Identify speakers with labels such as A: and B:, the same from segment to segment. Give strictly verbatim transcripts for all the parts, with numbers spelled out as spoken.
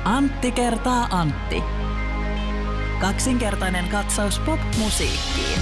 A: Antti kertaa Antti. Kaksinkertainen katsaus pop-musiikkiin.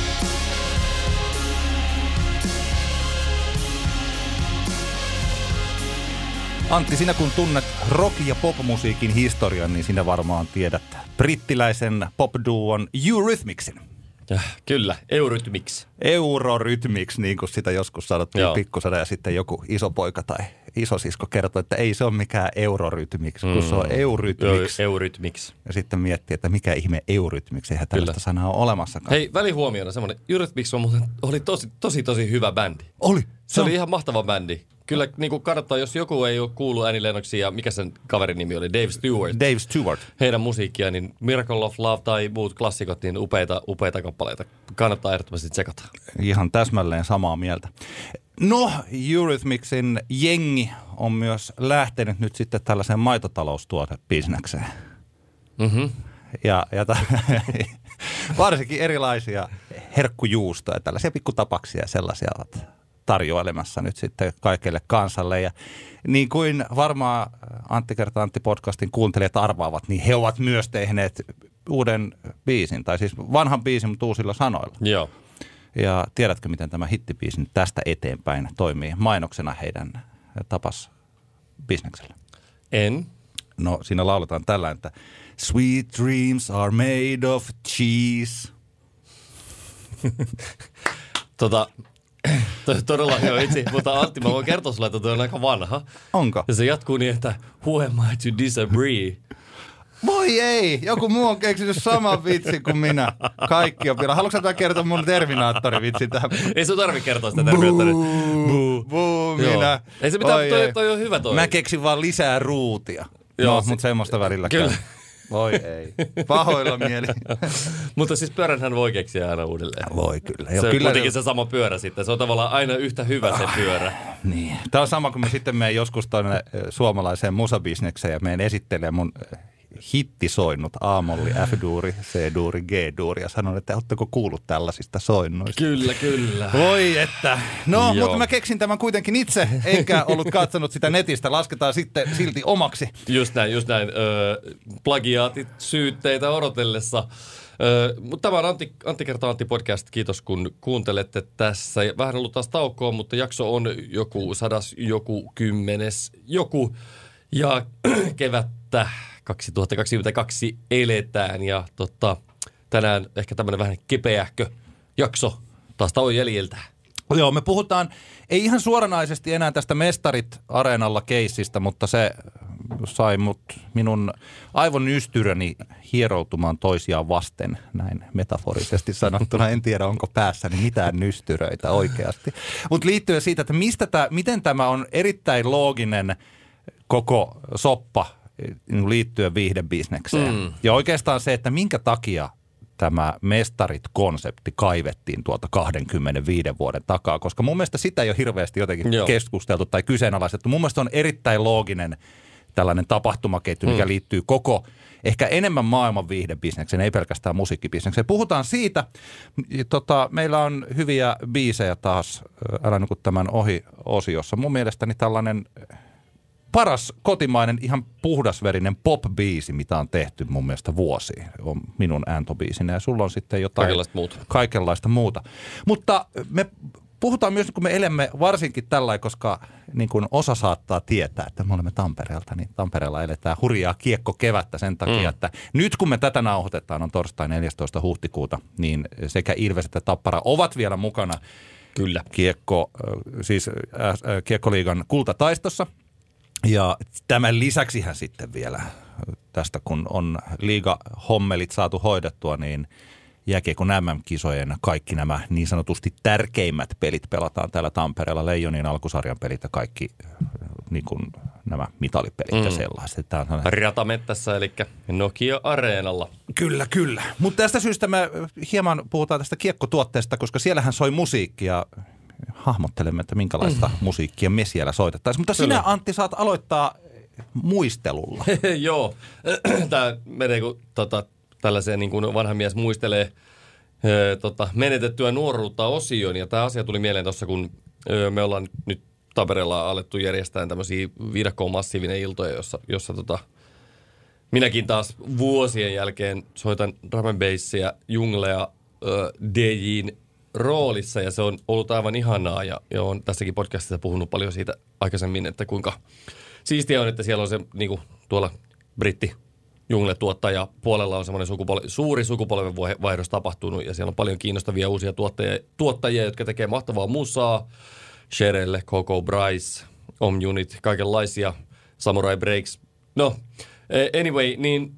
B: Antti, sinä kun tunnet rock- ja pop-musiikin historian, niin sinä varmaan tiedät brittiläisen pop-duon Eurythmicsin.
C: Ja, kyllä, Eurythmics.
B: Eurorythmics, niin kuin sitä joskus sanottiin pikkusana, ja sitten joku isopoika tai isosisko kertoi, että ei se ole mikään Eurorythmics, kun mm. se on Eurythmics.
C: Eurythmics.
B: Ja sitten miettii, että mikä ihme Eurythmics, eihän tällaista kyllä sanaa ole olemassakaan.
C: Hei, välihuomiona semmoinen, Eurythmics on muuten, oli tosi, tosi, tosi hyvä bändi.
B: Oli.
C: Se, se oli ihan mahtava bändi. Kyllä niin kuin kannattaa, jos joku ei ole kuullut Annie Lennoxia, ja mikä sen kaverin nimi oli, Dave Stewart.
B: Dave Stewart.
C: Heidän musiikkia, niin Miracle of Love tai muut klassikot, niin upeita, upeita kappaleita. Kannattaa ehdottomasti tsekata.
B: Ihan täsmälleen samaa mieltä. No, Eurythmicsin jengi on myös lähtenyt nyt sitten tällaiseen maitotaloustuotebisnekseen.
C: Mhm.
B: Ja, ja ta- varsinkin erilaisia herkkujuustoja, tällaisia pikkutapaksia sellaisia ovat tarjoilemassa nyt sitten kaikille kansalle. Ja niin kuin varmaan Antti kertaa Antti podcastin kuuntelijat arvaavat, niin he ovat myös tehneet uuden biisin, tai siis vanhan biisin, mutta uusilla sanoilla.
C: Joo.
B: Ja tiedätkö, miten tämä hittibiisi tästä eteenpäin toimii mainoksena heidän tapas bisneksellä?
C: En.
B: No, siinä lauletaan tällä, että Sweet dreams are made of cheese.
C: tota... Todella joo itse, mutta Antti, mä voin kertoa sulle, että tuo on aika vanha.
B: Onko?
C: Ja se jatkuu niin, että who am I to disagree?
B: Voi ei, joku muu on keksinyt saman vitsin kuin minä. Kaikki on pila. Haluatko sä kertoa mun Terminaattori-vitsin tähän?
C: Ei sun tarvitse kertoa sitä Terminaattoria.
B: Buu, buu, minä.
C: Ei se mitään, toi, toi on hyvä toi.
B: Mä keksin vaan lisää ruutia. Joo, no, se... mutta semmoista välillä
C: kyllä.
B: Käy. Voi ei. Pahoilla mieli.
C: Mutta siis pyöränhän voi keksiä aina uudelleen.
B: Voi kyllä.
C: Se
B: jo,
C: on
B: kyllä
C: kuitenkin se sama pyörä sitten. Se on tavallaan aina yhtä hyvä se pyörä.
B: Niin. Tämä on sama kuin me sitten menen joskus tuonne suomalaiseen musabisnekseen ja menen esittelemään mun hittisoinnut A-molli, F-duuri, C-duuri, G-duuri ja sanon, että ootteko kuullut tällaisista soinnuista?
C: Kyllä, kyllä.
B: Voi että. No,
C: joo,
B: mutta mä keksin tämän kuitenkin itse, enkä ollut katsonut sitä netistä. Lasketaan sitten silti omaksi.
C: Just näin, just näin. Öö, plagiaatit syytteitä odotellessa. Öö, mutta tämä on Antti, Antti kertaa Antti podcast. Kiitos kun kuuntelette tässä. Vähän ollut taas taukoa, mutta jakso on joku sadas, joku kymmenes, joku. Ja kevättä kaksituhattakaksikymmentäkaksi eletään ja tota, tänään ehkä tämmöinen vähän kepeähkö jakso taas tauon jäljiltä.
B: Joo, me puhutaan ei ihan suoranaisesti enää tästä Mestarit Areenalla keissistä, mutta se sai mut minun aivon ystyröni hieroutumaan toisiaan vasten, näin metaforisesti sanottuna. En tiedä, onko päässäni mitään nystyröitä oikeasti. Mutta liittyen siitä, että mistä tää, miten tämä on erittäin looginen koko soppa liittyen viihdebisnekseen. Mm. Ja oikeastaan se, että minkä takia tämä Mestarit-konsepti kaivettiin tuolta kaksikymmentäviisi vuoden takaa, koska mun mielestä sitä ei ole hirveästi jotenkin Joo. keskusteltu tai kyseenalaistettu. Mun mielestä on erittäin looginen tällainen tapahtumaketju, mikä mm. liittyy koko, ehkä enemmän maailman viihdebisnekseen, ei pelkästään musiikkibisnekseen. Puhutaan siitä. Tota, meillä on hyviä biisejä taas, älä nuku tämän ohi osiossa. Mun mielestäni tällainen paras kotimainen, ihan puhdasverinen pop-biisi, mitä on tehty mun mielestä vuosiin, on minun ääntobiisinä. Ja sulla on sitten jotain
C: kaikenlaista muuta.
B: Kaikenlaista muuta. Mutta me puhutaan myös, kun me elämme varsinkin tällä, koska niin kuin osa saattaa tietää, että me olemme Tampereelta, niin Tampereella eletään hurjaa kiekko-kevättä sen takia, mm. että nyt kun me tätä nauhoitetaan, on torstai neljästoista huhtikuuta, niin sekä Ilves että Tappara ovat vielä mukana
C: Kyllä.
B: Kiekko, siis äh, Kiekkoliigan kultataistossa. Ja tämän lisäksihän sitten vielä tästä, kun on liigahommelit saatu hoidettua, niin jääkiekon M M-kisojen kaikki nämä niin sanotusti tärkeimmät pelit pelataan täällä Tampereella. Leijonien alkusarjan pelit ja kaikki niin kuin nämä mitalipelit mm. ja sellaiset. Tämä on sellainen...
C: Ratamettässä, eli Nokia-areenalla.
B: Kyllä, kyllä. Mutta tästä syystä me hieman puhutaan tästä kiekkotuotteesta, koska siellähän soi musiikkia. Hahmottelemme, että minkälaista mm. musiikkia me siellä soitettaisiin. Mutta sinä, Antti, saat aloittaa muistelulla.
C: Joo. Tämä menee kuin tota, tällaiseen niin kuin vanha mies muistelee ö, tota, menetettyä nuoruutta osion. Ja tämä asia tuli mieleen tuossa, kun ö, me ollaan nyt Tampereella alettu järjestää tämmöisiä viidakkoon massiivinen iltoja, jossa, jossa tota, minäkin taas vuosien jälkeen soitan drum and bassia, junglea äh, D J:n roolissa ja se on ollut aivan ihanaa ja, ja olen tässäkin podcastissa puhunut paljon siitä aikaisemmin, että kuinka siistiä on, että siellä on se niin kuin tuolla britti jungle-tuottaja puolella on semmoinen sukupol- suuri sukupolvenvaihdos tapahtunut ja siellä on paljon kiinnostavia uusia tuottajia, tuottajia jotka tekee mahtavaa musaa. Sherelle, Coco Bryce, Om Unit, kaikenlaisia, Samurai Breaks. No, anyway, niin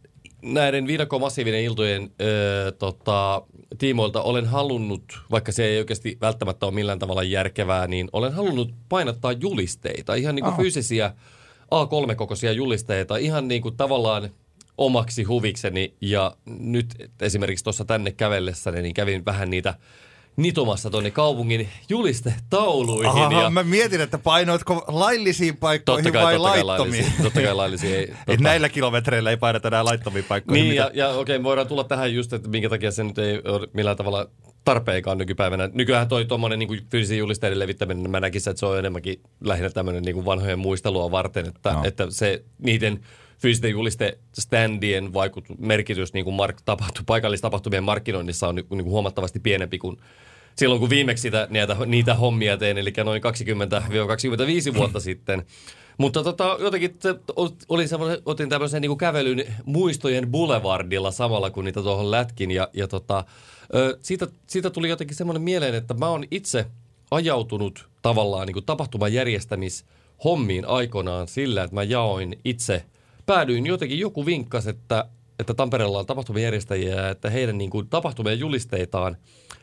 C: näiden Viidakko massiivinen iltojen öö, tota, tiimoilta olen halunnut, vaikka se ei oikeasti välttämättä ole millään tavalla järkevää, niin olen halunnut painottaa julisteita, ihan niin kuin fyysisiä A kolme -kokoisia julisteita, ihan niin kuin tavallaan omaksi huvikseni. Ja nyt esimerkiksi tuossa tänne kävellessäni, niin kävin vähän niitä nitomassa tuonne kaupungin julistetauluihin.
B: Aha,
C: ja
B: mä mietin, että painoitko laillisiin paikkoihin
C: totta kai,
B: vai
C: totta kai
B: laittomiin?
C: laillisia, totta kai laillisia. Ei,
B: tota. Näillä kilometreillä ei paineta enää laittomiin paikkoihin.
C: Niin, ja, ja okei, voidaan tulla tähän just, että minkä takia se nyt ei ole millään tavalla tarpeikaan nykypäivänä. Nykyään toi tuommoinen niin fyysisen julisteiden levittäminen, mä näkisin, että se on enemmänkin lähinnä tämmöinen niin kuin vanhojen muistelua varten, että, no. että se niiden fyysisten julistestandien vaikut, merkitys niin kuin mark, tapahtu, paikallistapahtumien markkinoinnissa on niin kuin huomattavasti pienempi kuin silloin, kun viimeksi sitä, niitä, niitä hommia tein, eli noin kaksikymmentä kaksikymmentäviisi vuotta sitten. Mutta tota, jotenkin se, olin otin tämmöisen niin kuin kävelyn muistojen boulevardilla samalla, kun niitä tuohon lätkin. Ja, ja tota, siitä, siitä tuli jotenkin semmoinen mieleen, että mä oon itse ajautunut tavallaan niin kuin tapahtuman järjestämishommiin aikoinaan sillä, että mä jaoin itse, päädyin jotenkin, joku vinkkasi, että, että Tampereella on tapahtumien järjestäjiä, että heidän niin kuin tapahtumien julisteitaan,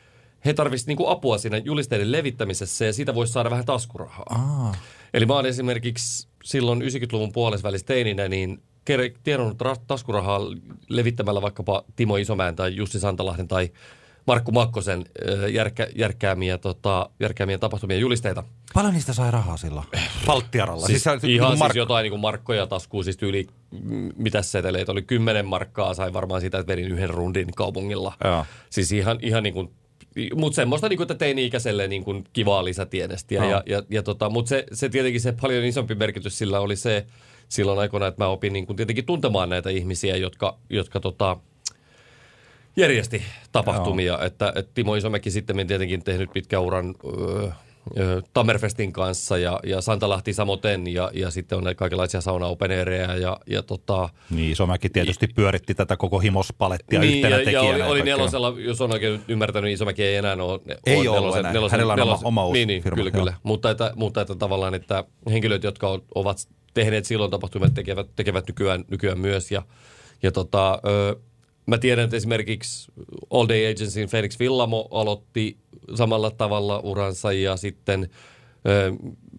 C: he tarvitsisivat niinku apua siinä julisteiden levittämisessä ja siitä voisi saada vähän taskurahaa. Aa. Eli mä oon esimerkiksi silloin yhdeksänkymmentäluvun puolesvälissä teininä niin tiedonnut taskurahaa levittämällä vaikkapa Timo Isomäen tai Jussi Santalahden tai Markku Makkosen järkkä, järkkäämiä, tota, järkkäämiä tapahtumia julisteita.
B: Paljon niistä sai rahaa silloin? Palttiaralla?
C: Siis,
B: siis
C: ihan
B: niin
C: mark- siis jotain niin kuin markkoja taskuun, siis yli, mitä seteleitä oli, kymmenen markkaa sai varmaan siitä, että vedin yhden rundin kaupungilla. Joo. Siis ihan, ihan niin kuin mutta semmoista, niin kuin, että teini-ikäiselle niin kuin kivaa lisätienestiä. No. Ja, ja, ja tota, mutta se, se tietenkin se paljon isompi merkitys sillä oli se silloin aikoina, että mä opin niin kuin tietenkin tuntemaan näitä ihmisiä, jotka, jotka tota, järjesti tapahtumia. No. Että, että Timo Isomäki sitten tietenkin tehnyt pitkän uran öö, Tammerfestin kanssa ja, ja Santalahti samoten ja, ja sitten on kaikenlaisia sauna-openeereja ja, ja tota...
B: Niin, Isomäki tietysti i, pyöritti tätä koko himospalettia
C: niin,
B: yhtenä
C: ja,
B: tekijänä.
C: Ja oli, oli nelosella, jos on oikein ymmärtänyt, Isomäki ei enää ole...
B: Ei ole nelosen, enää, nelosen, hänellä on nelosen, oma uusi
C: niin, niin,
B: firma.
C: Kyllä, kyllä. Mutta että, mutta että tavallaan, että henkilöt, jotka ovat tehneet silloin tapahtumia, tekevät, tekevät nykyään, nykyään myös ja, ja tota... Ö, mä tiedän, että esimerkiksi All Day Agencyn Felix Villamo aloitti samalla tavalla uransa ja sitten äh,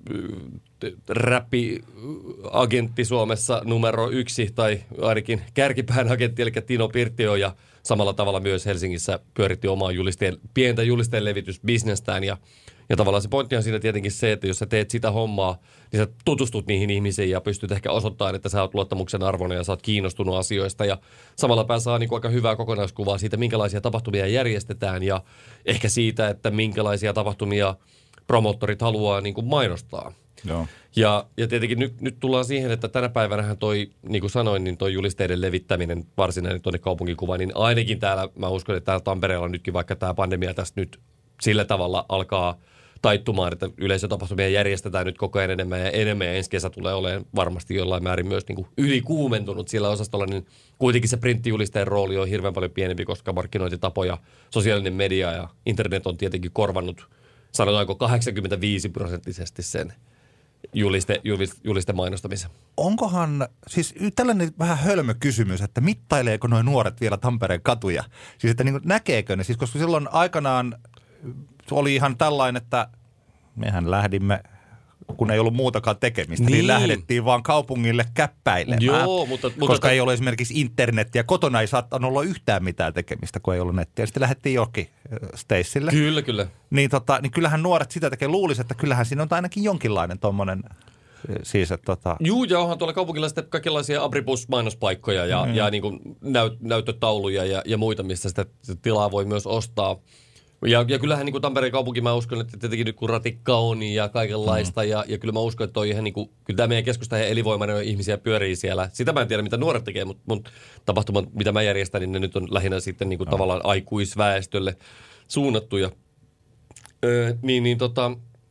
C: räppi-agentti Suomessa numero yksi tai ainakin kärkipään agentti, eli Tino Pirttio ja samalla tavalla myös Helsingissä pyöritti omaa julisteen, pientä julisteen levitysbisnestään ja Ja tavallaan se pointti on siinä tietenkin se, että jos sä teet sitä hommaa, niin sä tutustut niihin ihmisiin ja pystyt ehkä osoittamaan, että sä oot luottamuksen arvoinen ja sä oot kiinnostunut asioista. Ja samalla päässä saa niin kuin aika hyvää kokonaiskuvaa siitä, minkälaisia tapahtumia järjestetään ja ehkä siitä, että minkälaisia tapahtumia promottorit haluaa niin kuin mainostaa. Joo. Ja, ja tietenkin nyt, nyt tullaan siihen, että tänä päivänähän toi, niin kuin sanoin, niin toi julisteiden levittäminen varsinainen tuonne kaupunkikuvaan, niin ainakin täällä, mä uskon, että täällä Tampereella nytkin, vaikka tämä pandemia tässä nyt sillä tavalla alkaa taittumaan, että yleisötapahtumia järjestetään nyt koko ajan enemmän ja enemmän ja ensi kesä tulee olemaan varmasti jollain määrin myös niin kuin ylikuumentunut sillä osastolla, niin kuitenkin se printtijulisteen rooli on hirveän paljon pienempi, koska markkinointitapoja, sosiaalinen media ja internet on tietenkin korvannut, sanotaanko kahdeksankymmentäviisi prosenttisesti sen juliste, juliste, juliste mainostamisen.
B: Onkohan, siis tällainen vähän hölmö kysymys, että mittaileeko nuo nuoret vielä Tampereen katuja? Siis että niin kuin näkeekö ne, siis koska silloin aikanaan oli ihan tällainen, että mehän lähdimme, kun ei ollut muutakaan tekemistä, niin, niin lähdettiin vaan kaupungille käppäilemään.
C: Joo, mutta, mutta
B: koska
C: t-
B: ei ole esimerkiksi internetiä. Kotona ei saattanut olla yhtään mitään tekemistä, kun ei ollut nettiä. Sitten lähdettiin johonkin Stacelle.
C: Kyllä, kyllä.
B: Niin, tota, niin kyllähän nuoret sitä tekee. Luulisi, että kyllähän siinä on ainakin jonkinlainen tommonen... Siis, että tota...
C: Juu, ja onhan tuolla kaupungilla sitten kaikenlaisia abribus-mainospaikkoja ja, mm. ja niin kuin näyt, näyttötauluja ja, ja muita, mistä sitä tilaa voi myös ostaa. Ja, ja kyllähän niin kuin Tampereen kaupunki, mä uskon, että tietenkin nyt kun ratikka on ja kaikenlaista, mm. ja, ja kyllä mä uskon, että toi ihan niin kuin, kyllä tämä meidän keskusta ja elinvoimainen ihmisiä pyörii siellä. Sitä mä en tiedä, mitä nuoret tekee, mutta mun tapahtumat, mitä mä järjestän, niin ne nyt on lähinnä sitten niin kuin no. tavallaan aikuisväestölle suunnattuja. Öö, niin, niin tota...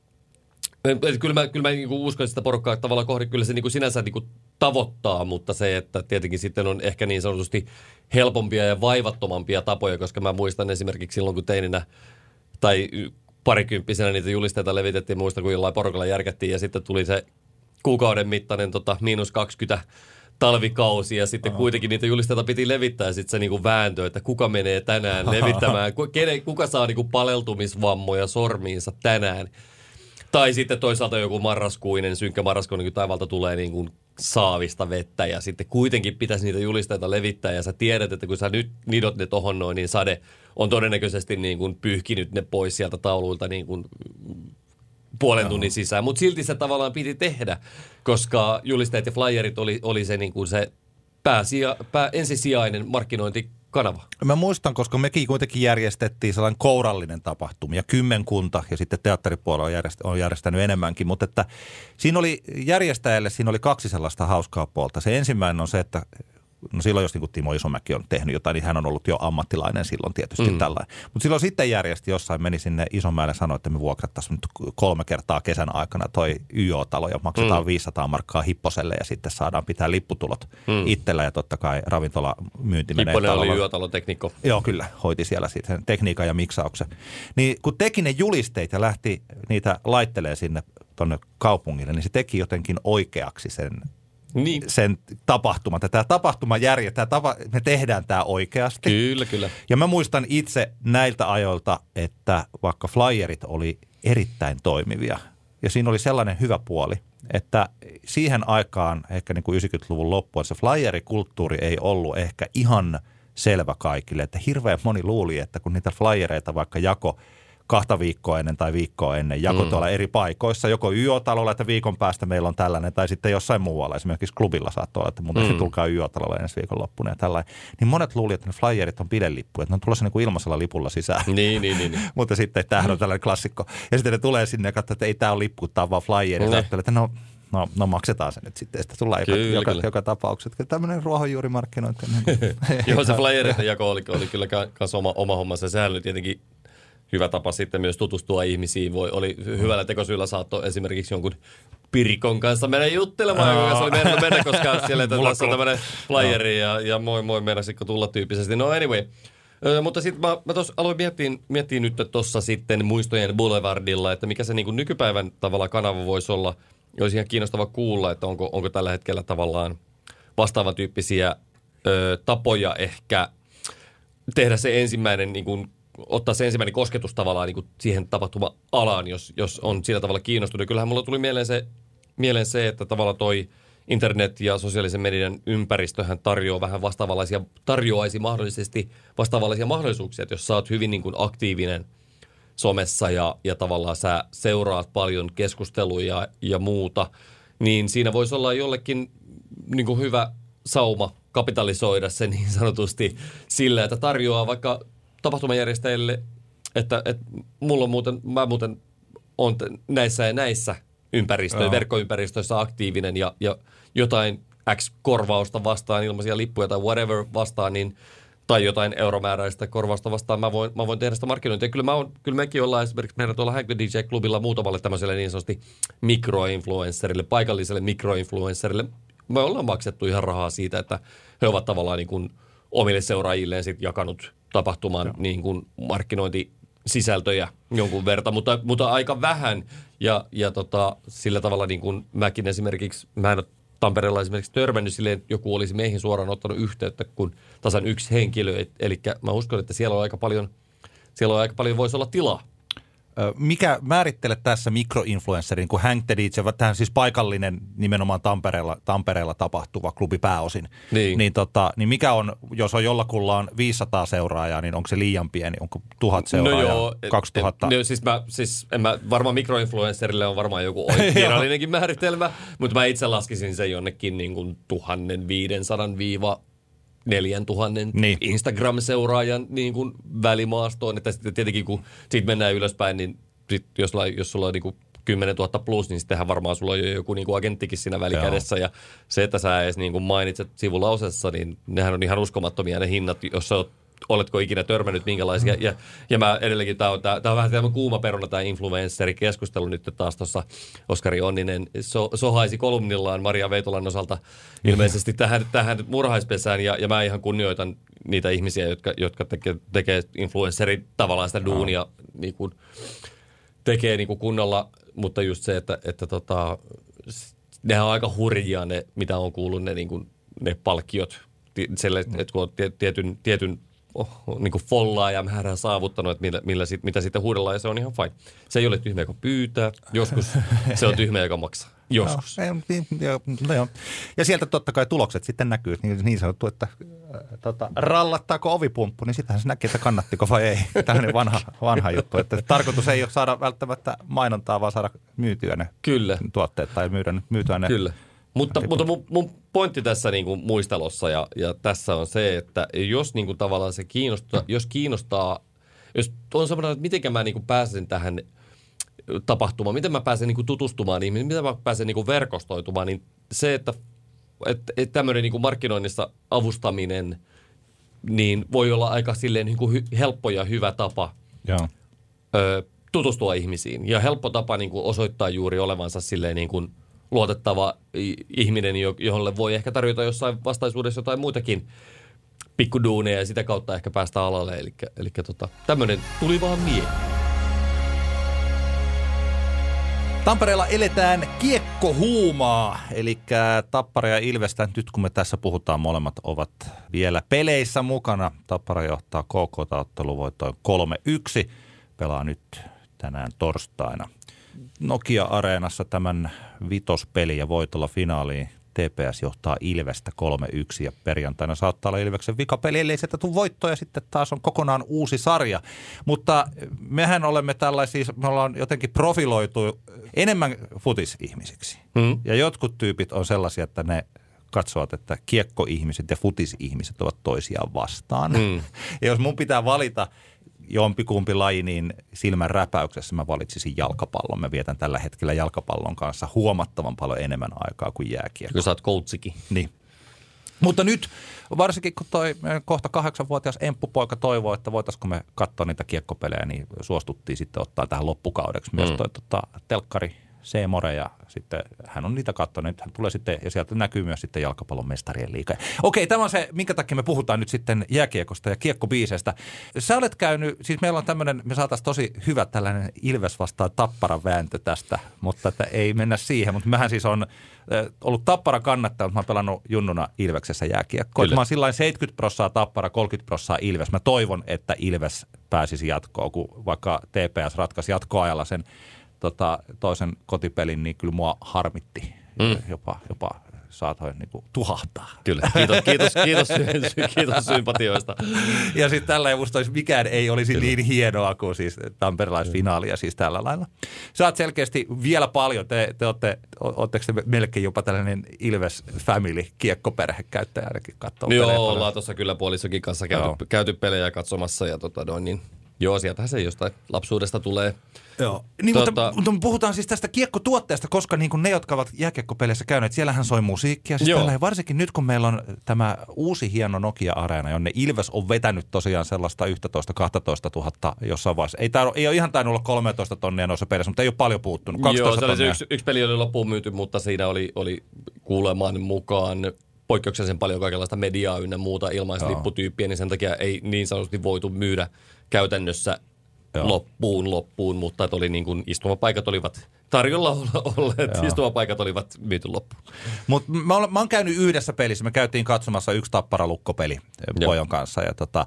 C: Kyllä mä, kyllä mä niin uskon, että sitä porukkaa tavallaan kohde, kyllä se niin kuin sinänsä niin kuin tavoittaa, mutta se, että tietenkin sitten on ehkä niin sanotusti helpompia ja vaivattomampia tapoja, koska mä muistan esimerkiksi silloin, kun teininä tai parikymppisenä niitä julisteita levitettiin, muistan, kun jollain porukalla järkättiin ja sitten tuli se kuukauden mittainen tota, miinus kaksikymmentä talvikausi ja sitten kuitenkin niitä julisteita piti levittää ja sitten se niinku vääntö, että kuka menee tänään levittämään, kuka saa niinku paleltumisvammoja sormiinsa tänään. Tai sitten toisaalta joku marraskuinen, synkkä marraskuinen, kun taivalta tulee niin kuin saavista vettä ja sitten kuitenkin pitäisi niitä julisteita levittää ja sä tiedät, että kun sä nyt nidot ne tohon noin, niin sade on todennäköisesti niin kuin pyyhkinyt ne pois sieltä tauluilta niin kuin puolen tunnin sisään. Mutta silti se tavallaan piti tehdä, koska julisteet ja flyerit oli, oli se, niin kuin se pääsia, pää, ensisijainen markkinointikanava.
B: Mä muistan, koska mekin kuitenkin järjestettiin sellainen kourallinen tapahtuma ja kymmenkunta ja sitten teatteripuolella on, järjest, on järjestänyt enemmänkin, mutta että siinä oli järjestäjälle, siinä oli kaksi sellaista hauskaa puolta. Se ensimmäinen on se, että no silloin jos niin kuin Timo Isomäki on tehnyt jotain, niin hän on ollut jo ammattilainen silloin tietysti mm. tällainen. Mutta silloin sitten järjesti jossain, meni sinne Isomäelle ja sanoi, että me vuokrattaisiin nyt kolme kertaa kesän aikana toi Y O-talo ja maksetaan mm. viisisataa markkaa Hipposelle ja sitten saadaan pitää lipputulot mm. itsellä ja totta kai ravintolamyynti menee
C: Hipponen
B: talolla.
C: oli Y O-talon teknikko.
B: Joo, kyllä. Hoiti siellä sitten tekniikan ja miksauksen. Niin kun teki ne julisteet ja lähti niitä laittelee sinne tuonne kaupungille, niin se teki jotenkin oikeaksi sen Niin. sen tapahtuman. Tämä tapahtuma järjestetään, tapa, me tehdään tämä oikeasti.
C: Kyllä, kyllä.
B: Ja mä muistan itse näiltä ajoilta, että vaikka flyerit oli erittäin toimivia. Ja siinä oli sellainen hyvä puoli, että siihen aikaan, ehkä niin kuin yhdeksänkymmentäluvun loppuun, se flyerikulttuuri ei ollut ehkä ihan selvä kaikille. Että hirveän moni luuli, että kun niitä flyereita vaikka jako kahta viikkoa ennen tai viikkoa ennen, jako mm. tuolla eri paikoissa, joko Y O-talolla, että viikon päästä meillä on tällainen, tai sitten jossain muualla, esimerkiksi klubilla saattaa olla, että muuten mm. tulkaa Y O-talolla ensi viikonloppuna ja tällainen. Niin monet luuli, että ne flyerit on pidelippuja, että ne on tulossa niin kuin ilmaisella lipulla sisään.
C: Niin, niin, niin.
B: Mutta sitten tämähän on tällainen klassikko. Ja sitten ne tulee sinne ja katsoo, että ei tämä ole lippu, tämä on vaan flyeri. Ja että no, no, no maksetaan se nyt sitten, että sulla ei kyllä, joka, kyllä. joka tapauksessa. Tämmöinen ruohonjuurimarkkinointi.
C: Joo, se flyereiden jako oli, oli kyllä myös oma, oma hommansa. Sehän oli tietenkin hyvä tapa sitten myös tutustua ihmisiin. Voi, oli hyvällä tekosyllä saattoi esimerkiksi jonkun Pirikon kanssa mennä juttelemaan, joka se oli mennä, mennä koska siellä tässä on tämmöinen flyeri ja, ja moi moi meinasitko tulla tyyppisesti. No anyway. Ö, mutta sitten mä, mä tuossa aloin miettiä, miettiä nyt tuossa sitten Muistojen Boulevardilla, että mikä se niin kuin nykypäivän tavalla kanava voisi olla. Olisi ihan kiinnostava kuulla, että onko, onko tällä hetkellä tavallaan vastaavan tyyppisiä ö, tapoja ehkä tehdä se ensimmäinen niin kuin ottaa se ensimmäinen kosketus tavallaan niin kuin siihen tapahtuma-alaan, jos, jos on sillä tavalla kiinnostunut. Kyllähän mulla tuli mieleen se, mieleen se, että tavallaan toi internet ja sosiaalisen median ympäristöhän tarjoaa vähän vastaavanlaisia, tarjoaisi mahdollisesti vastaavanlaisia mahdollisuuksia, että jos sä oot hyvin niin kuin aktiivinen somessa ja, ja tavallaan sä seuraat paljon keskusteluja ja muuta, niin siinä voisi olla jollekin niin kuin hyvä sauma kapitalisoida se niin sanotusti sillä, että tarjoaa vaikka tapahtumajärjestäjille, että, että mulla on muuten, mä muuten on näissä ja näissä ympäristöissä, verkkoympäristöissä aktiivinen ja, ja jotain X-korvausta vastaan, ilmaisia lippuja tai whatever vastaan, niin, tai jotain euromääräistä korvausta vastaan, mä voin, mä voin tehdä sitä markkinointia. Kyllä, mä on, kyllä mekin ollaan esimerkiksi meidän tuolla Hack the D J-klubilla muutamalle tämmöiselle niin sanotusti mikroinfluencerille, paikalliselle mikroinfluencerille. Me ollaan maksettu ihan rahaa siitä, että he ovat tavallaan niin kuin omille seuraajilleen sit jakanut tapahtuman niin kuin markkinointisisältöjä jonkun verran, mutta, mutta aika vähän. Ja, ja tota, sillä tavalla niin kuin mäkin esimerkiksi, mä en ole Tampereella esimerkiksi törmännyt silleen, että joku olisi meihin suoraan ottanut yhteyttä, kun tasan yksi henkilö. Eli mä uskon, että siellä on aika paljon, siellä on aika paljon voisi olla tilaa.
B: Mikä määrittelee tässä mikroinfluencerin, kun Hank the D J, tähän siis paikallinen nimenomaan Tampereella, Tampereella tapahtuva klubi pääosin,
C: niin.
B: Niin, tota, niin mikä on, jos on jollakulla on viisisataa seuraajaa, niin onko se liian pieni? Onko tuhat seuraajaa,
C: no joo,
B: kaksituhatta?
C: No siis, mä, siis en mä, varmaan mikroinfluencerille on varmaan joku virallinenkin määritelmä, mutta mä itse laskisin sen jonnekin niin kuin tuhatviisisataa viiva neljän tuhannen
B: niin.
C: Instagram-seuraajan niin kuin välimaastoon. Että sitten tietenkin kun siitä mennään ylöspäin, niin sit jos, jos sulla on niin kuin kymmenen tuhatta plus, niin sittenhän varmaan sulla on jo joku niin kuin agenttikin siinä välikädessä. Joo. Ja se, että sä edes niin kuin mainitset sivulausessa, niin nehän on ihan uskomattomia ne hinnat, jos sä oot, oletko ikinä törmännyt minkälaisia. Ja, ja mä edelleenkin, tää on, tää, tää on vähän tämmöinen kuuma peruna tämä influencerikeskustelu nyt taas tuossa Oskari Onninen so, sohaisi kolumnillaan Maria Veitolan osalta ilmeisesti tähän, tähän murhaispesään. Ja, ja mä ihan kunnioitan niitä ihmisiä, jotka, jotka tekee, tekee influencerin tavallaan sitä duunia no. niin kuin, tekee niin kuin kunnolla, mutta just se, että, että tota, nehän on aika hurjia ne, mitä on kuullut ne, niin kuin, ne palkkiot. Selle, että kun on tietyn, tietyn oh, niin kuin follaajan määrää saavuttanut, että millä, millä sit, mitä sitten huudellaan, ja se on ihan fine. Se ei ole tyhmä, joka pyytää. Joskus se on tyhmä, joka maksaa. Joskus.
B: No, ei, no, joo. Ja sieltä totta kai tulokset sitten näkyy. Niin, niin sanottu, että äh, tota, rallattaako ovipumppu, niin sitähän se näkee, että kannattiko vai ei. Tällainen vanha, vanha juttu. Että tarkoitus ei ole saada välttämättä mainontaa, vaan saada myytyä ne
C: Kyllä.
B: tuotteet tai myydä, myytyä ne.
C: Kyllä. Mutta, mutta mun, mun pointti tässä niin kuin muistelossa ja, ja tässä on se, että jos niin kuin tavallaan se kiinnostaa, jos kiinnostaa, jos on semmoinen, että miten mä niin kuin pääsen tähän tapahtumaan, miten mä pääsen niin kuin tutustumaan ihmisiin, miten mä pääsen niin kuin verkostoitumaan, niin se, että, että, että tämmöinen niin kuin markkinoinnissa avustaminen, niin voi olla aika silleen niin kuin helppo ja hyvä tapa
B: Joo.
C: Ö, tutustua ihmisiin. Ja helppo tapa niin kuin osoittaa juuri olevansa silleen niin kuin luotettava ihminen, jolle voi ehkä tarjota jossain vastaisuudessa jotain muitakin pikkuduuneja ja sitä kautta ehkä päästä alalle. Eli, eli tota, tämmöinen tuli vaan mieleen.
B: Tampereella eletään kiekkohuumaa, eli Tappara ja Ilvestä, nyt kun me tässä puhutaan, molemmat ovat vielä peleissä mukana. Tappara johtaa K K-otteluvoittoon kolme yksi, pelaa nyt tänään torstaina Nokia-areenassa tämän vitospeli ja voitolla finaaliin. T P S johtaa Ilvestä kolme yksi ja perjantaina saattaa olla Ilveksen vikapeli, ellei sieltä tule voittoja, sitten taas on kokonaan uusi sarja. Mutta mehän olemme tällaisia, me ollaan jotenkin profiloitu enemmän futisihmisiksi. Mm. Ja jotkut tyypit on sellaisia, että ne katsovat, että kiekkoihmiset ja futisihmiset ovat toisiaan vastaan. Mm. Ja jos mun pitää valita jompikumpi laji, niin silmän räpäyksessä mä valitsisin jalkapallon. Mä vietän tällä hetkellä jalkapallon kanssa huomattavan paljon enemmän aikaa kuin jääkiekko.
C: Kun sä oot coachikin.
B: Niin. Mutta nyt, varsinkin kun toi kohta kahdeksanvuotias emppupoika toivoo, että voitaisiko me katsoa niitä kiekkopelejä, niin suostuttiin sitten ottaa tähän loppukaudeksi mm. myös toi tota, telkkari C-more ja sitten hän on niitä katsonut. Hän tulee sitten, ja sieltä näkyy myös sitten jalkapallon mestarien liiga. Okei, tämä on se, minkä takia me puhutaan nyt sitten jääkiekosta ja kiekkobiisestä. Sä olet käynyt, siis meillä on tämmöinen, me saataisiin tosi hyvä tällainen Ilves vastaan Tapparan vääntö tästä, mutta että ei mennä siihen. Mutta mähän siis on ollut Tappara kannattaja, mutta mä oon pelannut junnuna Ilveksessä jääkiekkoa. Mä oon sillain seitsemänkymmentä prosenttia Tappara, kolmekymmentä prosenttia Ilves. Mä toivon, että Ilves pääsisi jatkoon, kun vaikka T P S ratkaisi jatkoajalla sen Tota, toisen kotipelin, niin kyllä mua harmitti. Mm. Jopa, jopa saatoin niin kuin tuhahtaa.
C: Kyllä, kiitos, kiitos, kiitos, kiitos sympatioista.
B: Ja sitten tällä ei musta olisi, mikään ei olisi kyllä niin hienoa kuin siis tamperelaisfinaalia siis tällä lailla. Sä oot selkeästi vielä paljon, te, te olette, ootteko te melkein jopa tällainen Ilves Family kiekkoperhekäyttäjä ainakin katsoo pelejä?
C: Joo, ollaan tuossa kyllä puolisokin kanssa käyty, käyty pelejä katsomassa ja tota noin niin. Joo, sieltähän se jostain lapsuudesta tulee.
B: Joo, niin, tota, mutta, mutta puhutaan siis tästä kiekkotuotteesta, koska niin kuin ne, jotka ovat jääkiekkopeleissä käyneet, siellähän soi musiikkia. Siis tällä, varsinkin nyt, kun meillä on tämä uusi hieno Nokia-areena, jonne Ilves on vetänyt tosiaan sellaista yksitoista kaksitoista tuhatta jossain vaiheessa. Ei, tar- ei ole ihan tainnut olla kolmetoista tonnia noissa peleissä, mutta ei ole paljon puuttunut.
C: Joo, se oli se yksi, yksi peli oli loppuun myyty, mutta siinä oli, oli kuulemaan mukaan poikkeuksellisen paljon kaikenlaista mediaa ynnä muuta ilmaislipputyyppiä, niin sen takia ei niin sanotusti voitu myydä käytännössä Joo. loppuun loppuun, mutta että oli niin kuin istumapaikat olivat tarjolla olleet, Joo. istumapaikat olivat myyty loppuun.
B: Mutta mä, mä oon käynyt yhdessä pelissä, me käytiin katsomassa yksi Tappara-lukkopeli pojon kanssa ja tota,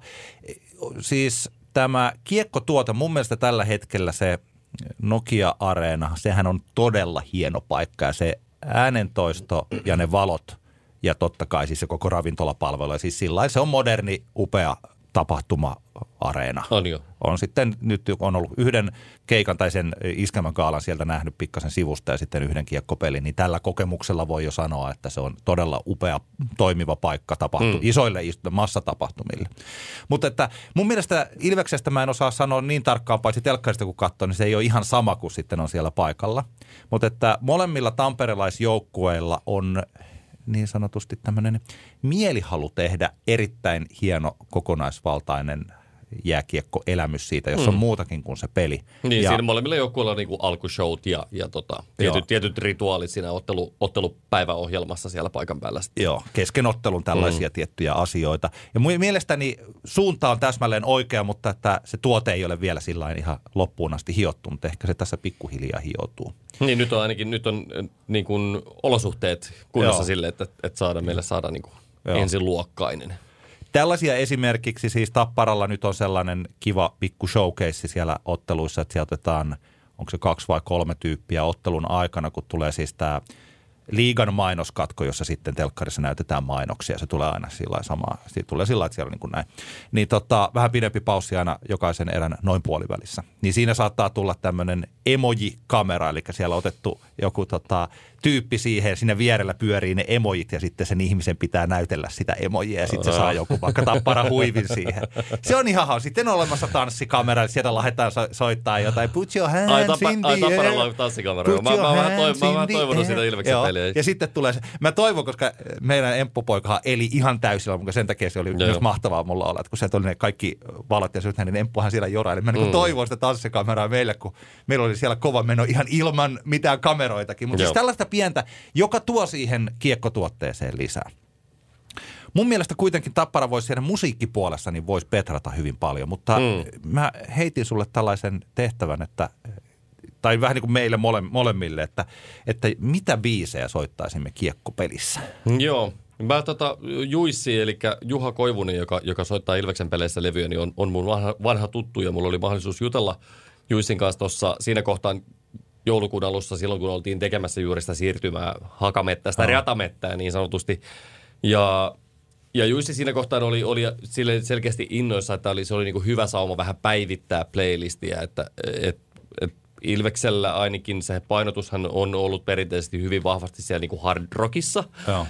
B: siis tämä kiekkotuote, mun mielestä tällä hetkellä se Nokia-areena, sehän on todella hieno paikka ja se äänentoisto ja ne valot ja totta kai siis se koko ravintolapalvelu ja siis sillain se on moderni, upea tapahtuma-areena.
C: On jo.
B: On sitten nyt on ollut yhden keikan tai sen iskelmän gaalan sieltä nähnyt pikkasen sivusta ja sitten yhden kiekkopelin, niin tällä kokemuksella voi jo sanoa, että se on todella upea, toimiva paikka tapahtu, mm. isoille massatapahtumille. Mutta että mun mielestä Ilveksestä mä en osaa sanoa niin tarkkaan, paitsi telkkarista kun katsoo, niin se ei ole ihan sama kuin sitten on siellä paikalla. Mutta että molemmilla tamperelaisjoukkueilla on niin sanotusti tämmöinen mielihalu tehdä erittäin hieno kokonaisvaltainen jääkiekkoelämys siitä, jos mm. on muutakin kuin se peli.
C: Niin,
B: ja
C: siinä molemmilla joukkueilla on niin kuin alkushowt ja, ja tota, tietyt, tietyt rituaalit siinä ottelu, ottelupäiväohjelmassa siellä paikan päällä.
B: Joo, kesken ottelun tällaisia mm. tiettyjä asioita. Ja mun mielestäni suunta on täsmälleen oikea, mutta että se tuote ei ole vielä sillain ihan loppuun asti hiottu, mutta ehkä se tässä pikkuhiljaa hioutuu.
C: Niin, nyt on ainakin nyt on, niin kuin olosuhteet kunnossa sille, että, että saada, meille saada niin kuin ensiluokkainen.
B: Tällaisia esimerkiksi siis Tapparalla nyt on sellainen kiva pikku showcase siellä otteluissa, että sieltä otetaan, onko se kaksi vai kolme tyyppiä ottelun aikana, kun tulee siis tämä liigan mainoskatko, jossa sitten telkkarissa näytetään mainoksia. Se tulee aina sillä samaa, siitä tulee sillä että siellä on niin kuin näin. Niin tota, vähän pidempi paussi aina jokaisen erän noin puolivälissä. Niin siinä saattaa tulla tämmöinen emoji-kamera, eli siellä on otettu joku tota, tyyppi siihen, siinä vierellä pyörii ne emojit ja sitten sen ihmisen pitää näytellä sitä emojia ja sitten se saa joku vaikka Tappara huivin siihen. Se on ihan hauska. Sitten on olemassa tanssikamera, että sieltä lähdetään so- soittaa jotain put your hands
C: ai, tapa,
B: in the
C: ai,
B: air.
C: Tapparalla on tanssikamera. Mä, mä, mä, mä, toivon, mä oon vähän toivonut sitä Ilveksen peliä.
B: Ja sitten tulee se. Mä toivon, koska meidän emppupoikahan eli ihan täysillä, mutta sen takia se oli
C: Joo.
B: myös mahtavaa mulla olla, että kun sieltä oli ne kaikki valot ja syyt, niin emppuhan siellä joraili. Mä niin mm. toivon sitä tanssikameraa meille, kun meillä oli siellä kova meno ihan ilman mitään kameroitakin. Mutta siis tällaista pientä, joka tuo siihen kiekkotuotteeseen lisää. Mun mielestä kuitenkin Tappara voisi siellä musiikkipuolessa, niin voisi petrata hyvin paljon, mutta mm. mä heitin sulle tällaisen tehtävän, että tai vähän niin kuin meille mole, molemmille, että, että mitä biisejä soittaisimme kiekkopelissä?
C: Joo. Mä tota, Juissi, eli Juha Koivunen, joka, joka soittaa Ilveksen peleissä levyjä, niin on, on mun vanha, vanha tuttu ja mulla oli mahdollisuus jutella Juissin kanssa tuossa siinä kohtaan joulukuun alussa silloin, kun oltiin tekemässä juuri sitä siirtymää hakamettästä, oh. ratamettään niin sanotusti. Ja, ja Juissi siinä kohtaan oli, oli sille selkeästi innoissa, että oli, se oli niin kuin hyvä sauma vähän päivittää playlistia, että et, et Ilveksellä ainakin se painotushan on ollut perinteisesti hyvin vahvasti siellä niin kuin hard rockissa.
B: Oh.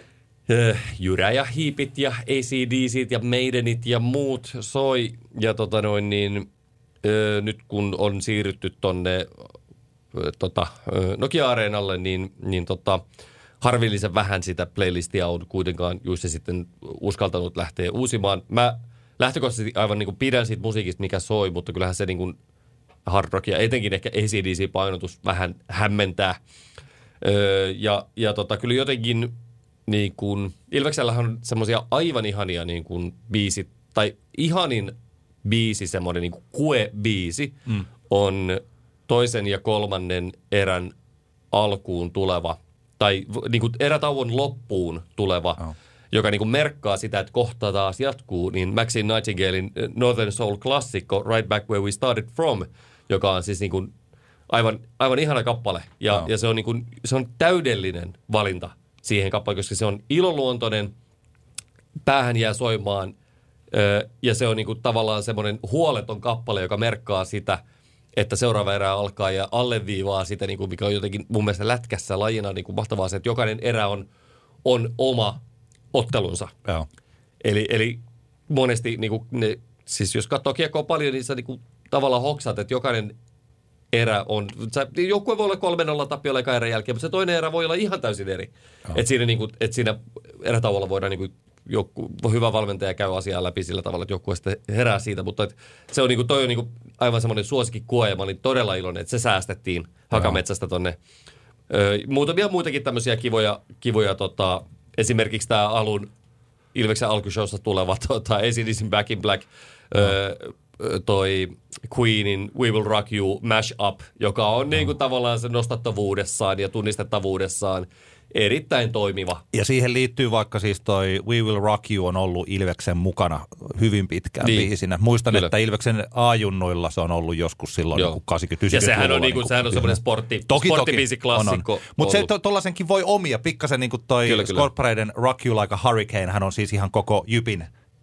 C: Jyrä ja Hiipit ja A C D C:t ja Maidenit ja muut soi. Ja tota noin niin, ö, nyt kun on siirrytty tonne ö, tota, Nokia-areenalle, niin, niin tota, harvillisen vähän sitä playlistia on kuitenkaan Jussi sitten uskaltanut lähteä uusimaan. Mä lähtökohtaisesti aivan niin kuin pidän siitä musiikista, mikä soi, mutta kyllähän se niin kuin hard rock ja etenkin ehkä A C D C-painotus vähän hämmentää. Ö, ja ja tota, kyllä jotenkin niin kuin, Ilveksellähän on semmoisia aivan ihania niin kuin biisit, tai ihanin biisi, semmoinen niin kuin kue-biisi, mm. on toisen ja kolmannen erän alkuun tuleva, tai niin kuin erätauon loppuun tuleva, oh. joka niin kuin merkkaa sitä, että kohta taas jatkuu, niin Maxine Nightingalein Northern Soul-klassikko Right Back Where We Started From, joka on siis niin kuin aivan, aivan ihana kappale, ja, oh. ja se on niin kuin, se on täydellinen valinta siihen kappaleen, koska se on iloluontoinen, päähän jää soimaan, ö, ja se on niinku tavallaan semmoinen huoleton kappale, joka merkkaa sitä, että seuraava erä alkaa ja alleviivaa sitä, niinku, mikä on jotenkin mun mielestä lätkässä lajina niinku mahtavaa se, että jokainen erä on, on oma ottelunsa.
B: Joo.
C: Eli, eli monesti, niinku, ne, siis jos katsoo kiekkoa paljon, niin sä niinku, tavallaan hoksat, että jokainen erä on, joukkue voi olla kolmen nolla tappiolla eka erän jälkeen, mutta se toinen erä voi olla ihan täysin eri. Oh. Että siinä, niinku, et siinä erätauolla voidaan, niinku, joku, hyvä valmentaja käy asiaa läpi sillä tavalla, että joukkue sitten herää siitä, mutta et se on, niinku, toi on niinku, aivan semmoinen suosikkikuva, ja mä olin todella iloinen, että se säästettiin Hakametsästä tonne. Ö, muutamia muitakin tämmöisiä kivoja, kivoja tota, esimerkiksi tämä alun Ilveksen alkushowssa tuleva tota, A C D C:n Back in Black, ö, toi Queenin We Will Rock You Mash-up, joka on niin kuin tavallaan se nostattavuudessaan ja tunnistettavuudessaan erittäin toimiva.
B: Ja siihen liittyy vaikka siis toi We Will Rock You on ollut Ilveksen mukana hyvin pitkään niin. biisinä. Muistan, Kyllä. että Ilveksen A-junnuilla se on ollut joskus silloin niin kahdeksankymmentä-yhdeksänkymmentä.
C: Ja sehän on, niin kuin, sehän on semmoinen sportti, sporttibiisiklassikko.
B: Mutta se to, tollaisenkin voi omia. Pikkasen niin kuin toi Scorpion Rock You Like a Hurricane, hän on siis ihan koko Jypin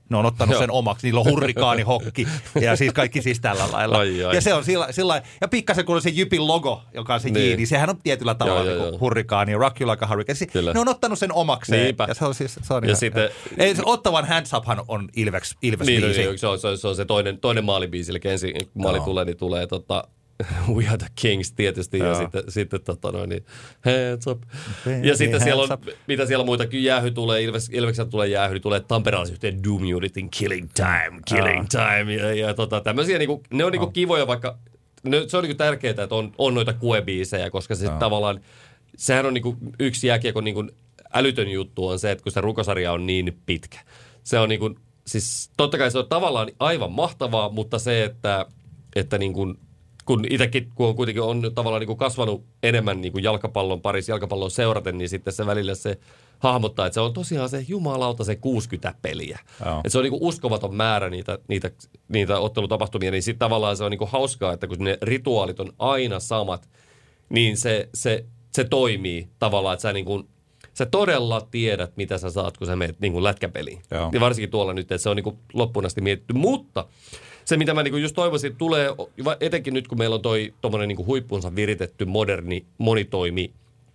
B: ne on ottanut sen omaksi. Niillä on hurrikaanihokki ja siis kaikki siis tällä lailla.
C: Ai, ai.
B: Ja se on sillä, sillä ja pikkasen kun on se Jypin logo, joka on se niin. J, niin sehän on tietyllä tavalla joo, niin kuin hurrikaani ja Rock You Like a Hurricane. Ne on ottanut sen omakseen.
C: Niinpä.
B: Ja se on siis, se on
C: ja
B: ihan,
C: sitten,
B: ei, se Ottavan Hands Uphan on Ilves, Ilves
C: niin,
B: biisi.
C: Niin, se, on, se, on, se on se toinen, toinen maalibiisi, eli ensin kun maali no. tulee, niin tulee tota, We Are the Kings tietysti, joo. ja sitten, sitten tota noin, niin Hands Up. Baby, ja sitten siellä on, up. mitä siellä muita, jäähy tulee, Ilves, Ilvekseltä tulee jäähy, tulee tamperelaisyhteen Doom Unitin Killing Time, Killing joo. Time, ja, ja tota, tämmöisiä, niinku, ne on niinku oh. kivoja, vaikka ne, se on niinku tärkeää, että on, on noita kue-biisejä, koska se oh. tavallaan, sehän on niinku yksi jääkiekon niinku älytön juttu on se, että kun se rukosarja on niin pitkä. Se on niinku, siis totta kai se on tavallaan aivan mahtavaa, mutta se, että, että niin kuin, kun itsekin kun on kuitenkin on tavallaan niin kuin kasvanut enemmän niin kuin jalkapallon parissa, jalkapallon seuraten, niin sitten se välillä se hahmottaa, että se on tosiaan se jumalauta se kuusikymmentä peliä. Että se on niin kuin uskomaton määrä niitä, niitä, niitä ottelutapahtumia, niin sitten tavallaan se on niin kuin hauskaa, että kun ne rituaalit on aina samat, niin se, se, se toimii tavallaan, että sä niin kuin sä todella tiedät, mitä sä saat, kun sä menet niin kuin lätkäpeliin. Joo. Ja varsinkin tuolla nyt, että se on niin kuin loppuun asti mietitty. Mutta se, mitä mä niin kuin just toivoisin, tulee etenkin nyt, kun meillä on toi tommonen niin kuin huippuunsa viritetty, moderni, monitoimi,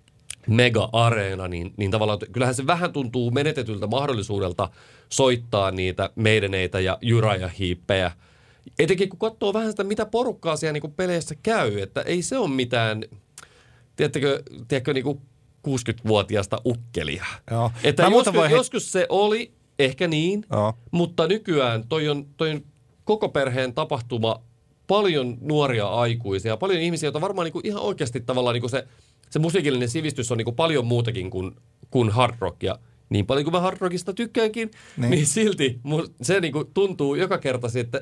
C: mega-areena, niin, niin tavallaan kyllähän se vähän tuntuu menetetyltä mahdollisuudelta soittaa niitä Maideneitä ja Uriah-hiippejä. Etenkin kun katsoo vähän sitä, mitä porukkaa siellä niin kuin peleissä käy, että ei se ole mitään, tiedättekö, tiedätkö niin kuin kuusikymmentävuotiaasta ukkelia.
B: Joo.
C: Että joskus, voi... joskus se oli, ehkä niin,
B: Joo.
C: mutta nykyään toi on, toi on koko perheen tapahtuma, paljon nuoria aikuisia, paljon ihmisiä, joita varmaan niinku ihan oikeasti tavallaan niinku se, se musiikillinen sivistys on niinku paljon muutakin kuin, kuin hard rock. Ja niin paljon kuin mä hard rockista tykkäänkin, niin, niin silti se niinku tuntuu joka kerta, että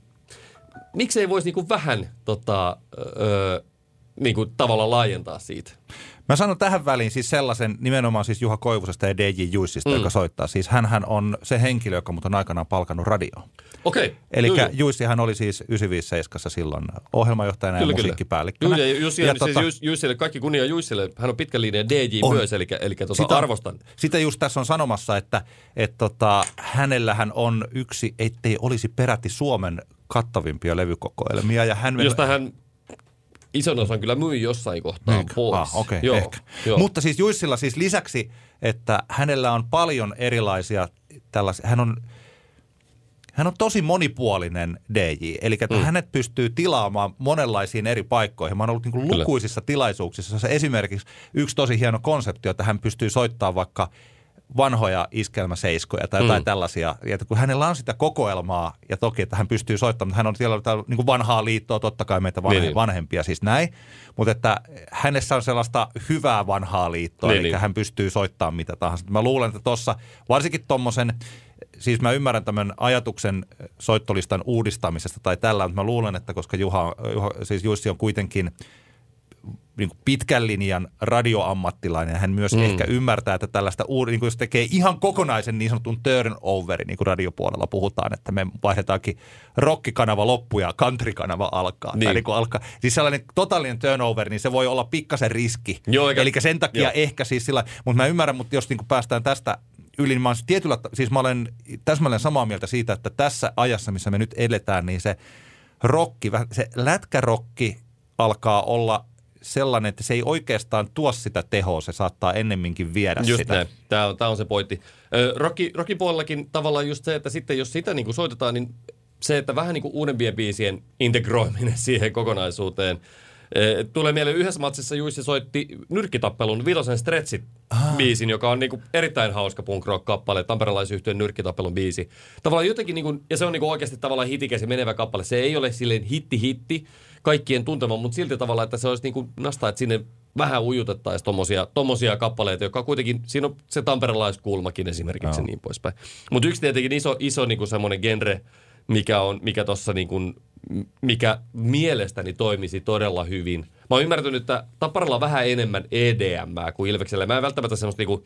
C: miksei voisi niinku vähän tota, öö, niinku tavallaan laajentaa siitä.
B: Mä sanon tähän väliin siis sellaisen nimenomaan siis Juha Koivusesta ja D J Juissista, mm. joka soittaa. Siis hänhän on se henkilö, joka mut on aikanaan palkannut radioon.
C: Okei. Okay.
B: Eli Juissihan oli siis yhdeksänsataaviisikymmentäseitsemän silloin ohjelmajohtajana kyllä, ja musiikkipäällikkönä.
C: Kyllä, ja Jussi, ja siis tota, Juissille, kaikki kunnia Juissille, hän on pitkän linjan D J on. myös, eli, eli tota sitä, arvostan. Sitä
B: just tässä on sanomassa, että et tota, hänellähän on yksi, ettei olisi peräti Suomen kattavimpia levykokoelmia. Ja hän
C: josta hän ison osan kyllä myi jossain kohtaa Eikö? pois.
B: Ah, okei, okay, ehkä. Joo. Mutta siis Juissilla siis lisäksi, että hänellä on paljon erilaisia tällaisia, hän on, hän on tosi monipuolinen D J. Eli että mm. hänet pystyy tilaamaan monenlaisiin eri paikkoihin. Mä oon ollut niin kuin lukuisissa tilaisuuksissa. Se esimerkiksi yksi tosi hieno konsepti, että hän pystyy soittamaan vaikka vanhoja iskelmäseiskoja tai jotain mm. tällaisia. Ja kun hänellä on sitä kokoelmaa, ja toki, että hän pystyy soittamaan, mutta hän on siellä niin kuin vanhaa liittoa, totta kai meitä vanhe, niin, vanhempia siis näin. Mutta että hänessä on sellaista hyvää vanhaa liittoa, niin, eli niin. hän pystyy soittamaan mitä tahansa. Mä luulen, että tuossa varsinkin tuommoisen, siis mä ymmärrän tämän ajatuksen soittolistan uudistamisesta tai tällä, mutta mä luulen, että koska Juha, Juha siis Jussi on kuitenkin niin kuin pitkän linjan radioammattilainen. Hän myös mm. ehkä ymmärtää, että tällaista uuden, niin kuin jos tekee ihan kokonaisen niin sanotun turnoverin, niin kuin radiopuolella puhutaan, että me vaihdetaankin rockikanava loppu ja countrykanava alkaa. Niin. Tai niin kuin alkaa. Siis sellainen totaalinen turnover, niin se voi olla pikkasen riski. Joo, eikä, Eli sen takia jo. ehkä siis sillä, mutta mä ymmärrän, mutta jos niin kuin päästään tästä yli, niin mä olen tietyllä, siis mä olen täsmälleen samaa mieltä siitä, että tässä ajassa, missä me nyt eletään, niin se rokki, se lätkärokki alkaa olla sellainen, että se ei oikeastaan tuo sitä tehoa, se saattaa ennemminkin viedä
C: just
B: sitä.
C: Näin. Tämä on, tämä on se pointti. Rocki, rockipuolellakin tavallaan just se, että sitten jos sitä niin kuin soitetaan, niin se, että vähän niin kuin uudempien biisien integroiminen siihen kokonaisuuteen. Tulee mieleen yhdessä matsissa Juissi soitti Nyrkkitappelun Vilosen Stretchit biisin, joka on niin kuin erittäin hauska punk rock kappale, tamperelaisyhtyeen Nyrkkitappelun biisi. Tavallaan jotenkin, niin kuin, ja se on niin kuin oikeasti tavallaan hitikäs ja menevä kappale. Se ei ole silleen hitti-hitti, kaikkien tuntema, mutta silti tavallaan, että se olisi niin kuin nastaa, että sinne vähän ujutettaisiin tommosia, tommosia kappaleita, joka kuitenkin, siinä on se tamperelaiskulmakin esimerkiksi no. niin poispäin. Mutta yksi tietenkin iso, iso niin kuin semmoinen genre, mikä on, mikä tossa niin kuin, mikä mielestäni toimisi todella hyvin. Mä oon ymmärtänyt, että Tapparalla on vähän enemmän E D M:ää kuin Ilveksellä. Mä en välttämättä semmoista niin kuin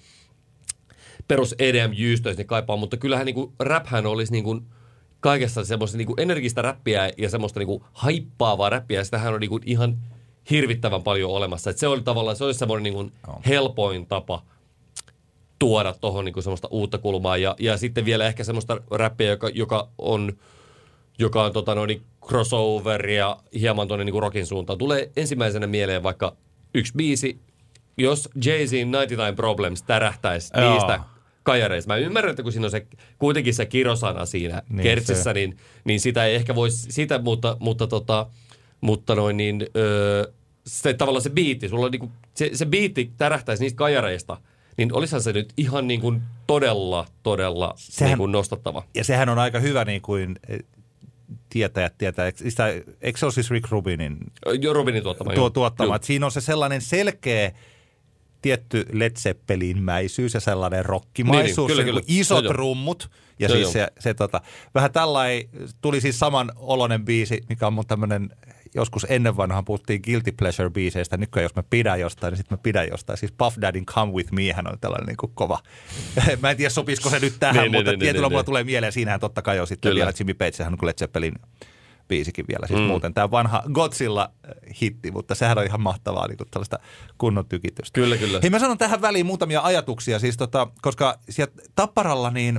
C: perus E D M-jyystöistä kaipaa, mutta kyllähän niin kuin räphän olisi niin kuin kaikessa semmoista niinku energistä räppiä ja semmoista niinku haippaavaa räppiä, ja sitähän on niinku ihan hirvittävän paljon olemassa. Et se oli tavallaan, se olisi semmoinen niinku helpoin tapa tuoda tuohon niin semmoista uutta kulmaa. Ja, ja sitten vielä ehkä semmoista räppiä, joka, joka on, joka on tota, noin crossover ja hieman tuonne niin rockin suuntaan. Tulee ensimmäisenä mieleen vaikka yksi biisi, jos Jay-Zin yhdeksänkymmentäyhdeksän Problems tärähtäisi
B: Joo.
C: niistä kajareista. Mä ymmärrän, että kun siinä on se, kuitenkin se kirosana siinä
B: Niin,
C: kertsissä, niin, niin sitä ei ehkä voisi sitä, mutta, mutta, tota, mutta noin niin, öö, se, tavallaan se biitti, sulla on niinku, se, se biitti tärähtäisi niistä kajareista, niin olisihan se nyt ihan niin kuin todella, todella sehän, niin kuin nostattava.
B: Ja sehän on aika hyvä niin kuin tietäjät tietää. Eikö se ole siis Rick Rubinin?
C: Jo, Rubinin tuottama.
B: Tuo, tuottama. Siinä on se sellainen selkeä tietty Led Zeppelin-mäisyys ja sellainen rockimaisuus,
C: niin, niin, kyllä, kyllä.
B: isot
C: joo,
B: rummut. Ja
C: joo,
B: siis se, se tota, vähän tällainen, tuli siis saman oloinen biisi, mikä on mun tämmöinen, joskus ennen vanhaan puhuttiin Guilty Pleasure-biiseistä, nykyään jos mä pidän jostain, niin sitten mä pidän jostain. Siis Puff Daddyn Come With Me hän on tällainen niin kuin kova. Mä en tiedä, sopisiko se nyt tähän,
C: niin,
B: mutta
C: niin,
B: tietyllä
C: niin,
B: mulla
C: niin.
B: tulee mieleen, siinähän totta kai on sitten
C: Kyllä.
B: vielä Jimmy Page, sehän on kuin Led Zeppelin biisikin vielä, siis
C: Mm.
B: muuten. Tämä vanha Godzilla-hitti, mutta sehän on ihan mahtavaa niin kuin tällaista kunnon tykitystä.
C: Kyllä, kyllä.
B: Hei, mä sanon tähän väliin muutamia ajatuksia, siis tota, koska sieltä Tapparalla niin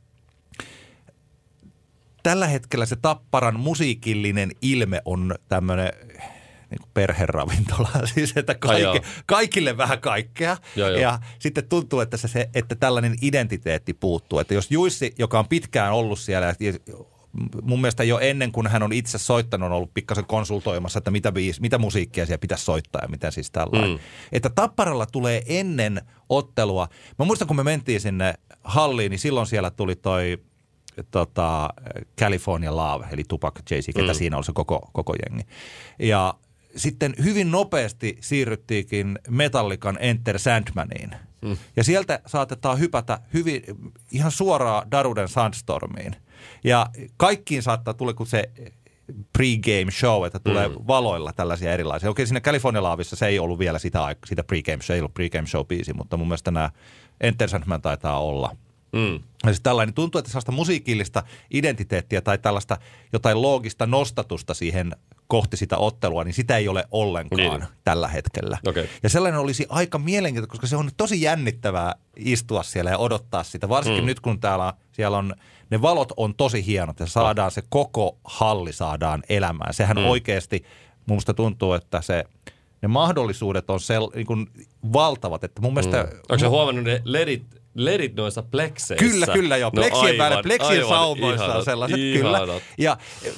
B: tällä hetkellä se Tapparan musiikillinen ilme on tämmöinen niin kuin perheravintola, siis että kaikki, kaikille vähän kaikkea.
C: Joo, joo.
B: Ja sitten tuntuu, että, se, se, että tällainen identiteetti puuttuu. Että jos Juissi, joka on pitkään ollut siellä, mun mielestä jo ennen kuin hän on itse soittanut, on ollut pikkasen konsultoimassa, että mitä, biis, mitä musiikkia siellä pitäisi soittaa ja mitä siis tällainen. Mm. Että Tapparalla tulee ennen ottelua. Mä muistan, kun me mentiin sinne halliin, niin silloin siellä tuli toi tota, California Love, eli Tupac, Jay-Z, ketä mm. siinä oli se koko, koko jengi. Ja sitten hyvin nopeasti siirryttiinkin Metallican Enter Sandmaniin. Mm. Ja sieltä saatetaan hypätä hyvin, ihan suoraan Daruden Sandstormiin. Ja kaikkiin saattaa tulla, kun se pre-game show, että tulee mm. valoilla tällaisia erilaisia. Okei, siinä California Loveissa se ei ollut vielä sitä, sitä pre-game show, ei ollut pre-game show-biisi, mutta mun mielestä nämä Enter Sandman taitaa olla. Mm. Ja siis tällainen tuntuu, että sellaista musiikillista identiteettiä tai tällaista jotain loogista nostatusta siihen kohti sitä ottelua, niin sitä ei ole ollenkaan niin. tällä hetkellä. Okay. Ja sellainen olisi aika mielenkiintoista, koska se on tosi jännittävää istua siellä ja odottaa sitä. Varsinkin mm. nyt, kun täällä siellä on, ne valot on tosi hienot ja saadaan se koko halli saadaan elämään. Sehän mm. oikeasti, mun mielestä tuntuu, että se, ne mahdollisuudet on sel, niin kuin valtavat. Että mun mielestä,
C: mm. Onko sä huomannut ne ledit? Ledit noissa plekseissä.
B: Kyllä, kyllä joo. Pleksien no päällä, pleksien saumoissa
C: ihanat,
B: on sellaiset,
C: ihanat.
B: kyllä. Ja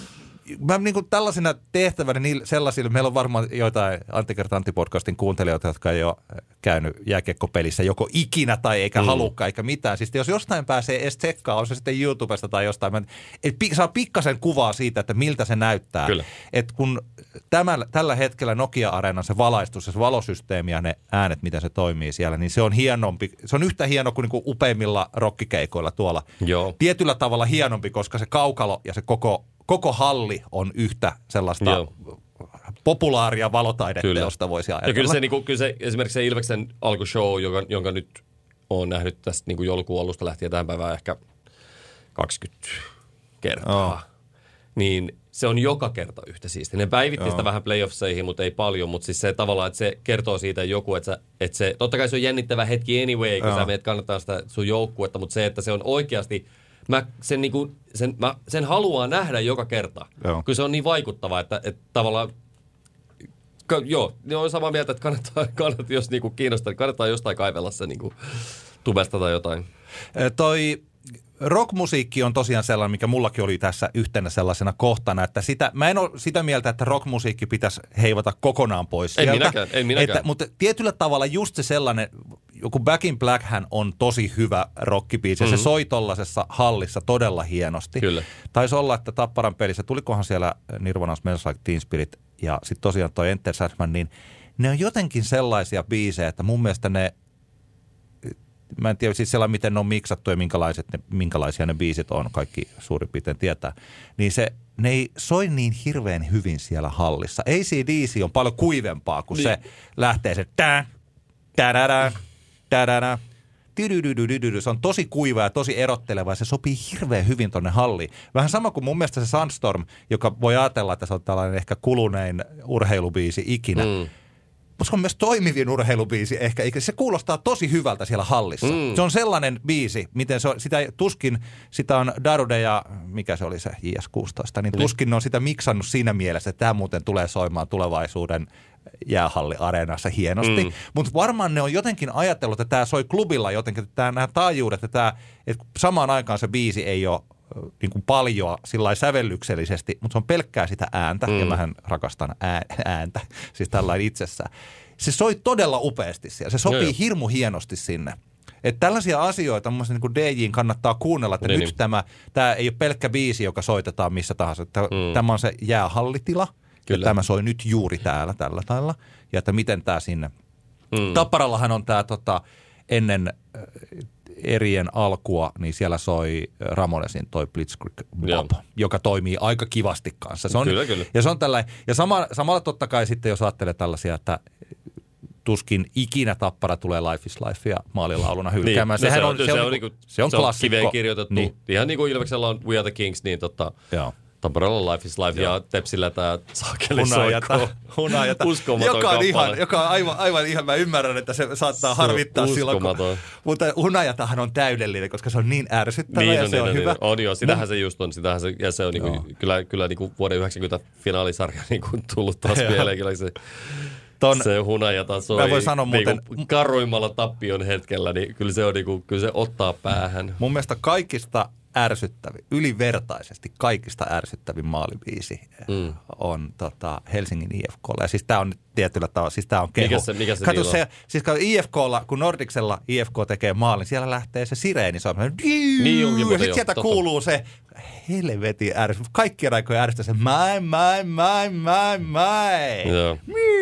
B: mä niin kuin tällaisena tehtävänä niin sellaisille, meillä on varmaan joitain Antti kertaa Antti-podcastin kuuntelijoita, jotka ei ole käynyt jääkiekkopelissä joko ikinä tai eikä mm. halukkaan eikä mitään. Siis jos jostain pääsee edes tsekkaan, on se sitten YouTubesta tai jostain, että saa pikkasen kuvaa siitä, että miltä se näyttää. Että kun tämän, tällä hetkellä Nokia-areenan se valaistus, se valosysteemi ja ne äänet, miten se toimii siellä, niin se on hienompi. Se on yhtä hieno kuin, niin kuin upeimmilla rokkikeikoilla tuolla. Joo. Tietyllä tavalla hienompi, koska se kaukalo ja se koko Koko halli on yhtä sellaista Joo. populaaria valotaideteosta voisi ajatella.
C: Ja kyllä se, niin kuin, kyllä se esimerkiksi se Ilveksen alkushow, jonka, jonka nyt olen nähnyt tästä niin kuin joulukuun alusta lähtien tähän päivään ehkä kaksikymmentä kertaa, oh. niin se on joka kerta yhtä siistiä. Ne päivitti sitä vähän playoffseihin, mutta ei paljon, mutta siis se tavallaan, että se kertoo siitä joku, että, sä, että se, totta kai se on jännittävä hetki anyway, kun oh. sä meet kannattaa sitä sun joukkuetta, mutta se, että se on oikeasti Mä sen, niinku, sen, mä sen haluaa nähdä joka kerta, joo. kun se on niin vaikuttava, että, että tavallaan, ka, joo, niin on samaa mieltä, että kannattaa, kannattaa jos niinku kiinnostaa, kannattaa jostain kaivella se niinku, tubesta tai jotain.
B: E, toi rockmusiikki on tosiaan sellainen, mikä mullakin oli tässä yhtenä sellaisena kohtana, että sitä, mä en ole sitä mieltä, että rockmusiikki pitäisi heivata kokonaan pois sieltä.
C: En minäkään, en minäkään.
B: Että, mutta tietyllä tavalla just se sellainen, joku Back in Blackhän on tosi hyvä rockibiisi, mm-hmm. se soi tollasessa hallissa todella hienosti. Kyllä. Taisi olla, että Tapparan pelissä, tulikohan siellä Nirvana Smells Like Teen Spirit ja sitten tosiaan toi Enter Sandman, niin ne on jotenkin sellaisia biisejä, että mun mielestä ne, mä en tiedä siis sellainen, miten ne on miksattu ja minkälaiset ne, minkälaisia ne biisit on, kaikki suurin piirtein tietää, niin se, ne ei soi niin hirveän hyvin siellä hallissa. A C D C on paljon kuivempaa, kun niin. se lähtee se tää, tää, tää, se on tosi kuiva ja tosi erotteleva ja se sopii hirveän hyvin tonne halliin. Vähän sama kuin mun mielestä se Sandstorm, joka voi ajatella, että se on tällainen ehkä kulunein urheilubiisi ikinä. Mm. se on myös toimivin urheilubiisi ehkä. Se kuulostaa tosi hyvältä siellä hallissa. Mm. Se on sellainen biisi, miten se on, sitä tuskin, sitä on Darude ja, mikä se oli se J S kuusitoista, niin tuskin ne on sitä miksannut siinä mielessä, että tämä muuten tulee soimaan tulevaisuuden jäähalli-areenassa hienosti. Mm. Mutta varmaan ne on jotenkin ajatellut, että tämä soi klubilla jotenkin, että tämä, nämä taajuudet, että, tämä, että samaan aikaan se biisi ei ole niin kuin paljon sillä sävellyksellisesti, mutta se on pelkkää sitä ääntä, mm. ja mähän rakastan ääntä, siis tällainen itsessään. Se soi todella upeasti siellä, se sopii Joo. hirmu hienosti sinne. Että tällaisia asioita mun mielestä niin kuin D J:n kannattaa kuunnella, että niin, nyt niin. Tämä, tämä ei ole pelkkä biisi, joka soitetaan missä tahansa. Että mm. Tämä on se jäähallitila, Kyllä. ja tämä soi nyt juuri täällä tällä tavalla, ja että miten tämä sinne. Mm. Tapparallahan on tämä tota, ennen erien alkua, niin siellä soi Ramonesin toi Blitzkrieg Bob, joka toimii aika kivasti kanssa. Se on,
C: kyllä, kyllä.
B: Ja se on tällainen, ja sama, samalla totta kai sitten, jos ajattelee tällaisia, että tuskin ikinä Tappara tulee Life is Life ja maalilauluna hylkäämään.
C: Niin,
B: Sehän
C: no
B: on,
C: se,
B: se,
C: on,
B: on,
C: se, on,
B: se on
C: se on
B: klassikko.
C: Kiveen kirjoitettu.
B: Niin.
C: Ihan niin kuin Ilveksellä on We Are the Kings, niin tota, Tampereella Life is Life Joo. ja Tepsillä tämä saakeli soikko.
B: Hunajata.
C: Uskomaton
B: joka on
C: kappale.
B: ihan, joka on aivan, aivan ihan, mä ymmärrän, että se saattaa se harvittaa silloin. Kun, mutta Hunajatahan on täydellinen, koska se on niin ärsyttävä niin, ja no, se niin, on niin, hyvä.
C: On joo, sitähän Mun... se just on. Sitähän se, ja se on niinku, kyllä, kyllä niinku vuoden yhdeksänkymmentä finaalisarja niinku tullut taas mieleen. Kyllä se, Ton, se Hunajata soi muuten, niinku karuimmalla tappion hetkellä, niin kyllä se, on niinku, kyllä se ottaa päähän.
B: Mun mielestä kaikista ärsyttävin, ylivertaisesti kaikista ärsyttävin maalibiisi mm. on tota, Helsingin I F K:lla. Ja siis tää on tietyllä tavalla, siis tää on kehu.
C: Mikä se, mikä se
B: Kato se, siis I F K:lla, kun Nordicsella I F K tekee maalin, siellä lähtee se sireeni soimaan.
C: Niin, joo,
B: ja sitten sieltä totta. Kuuluu se helvetin ärsyttävä, kaikkien aikojen ärsyttävä se mai, mai, mai, mai, mai.
C: Joo.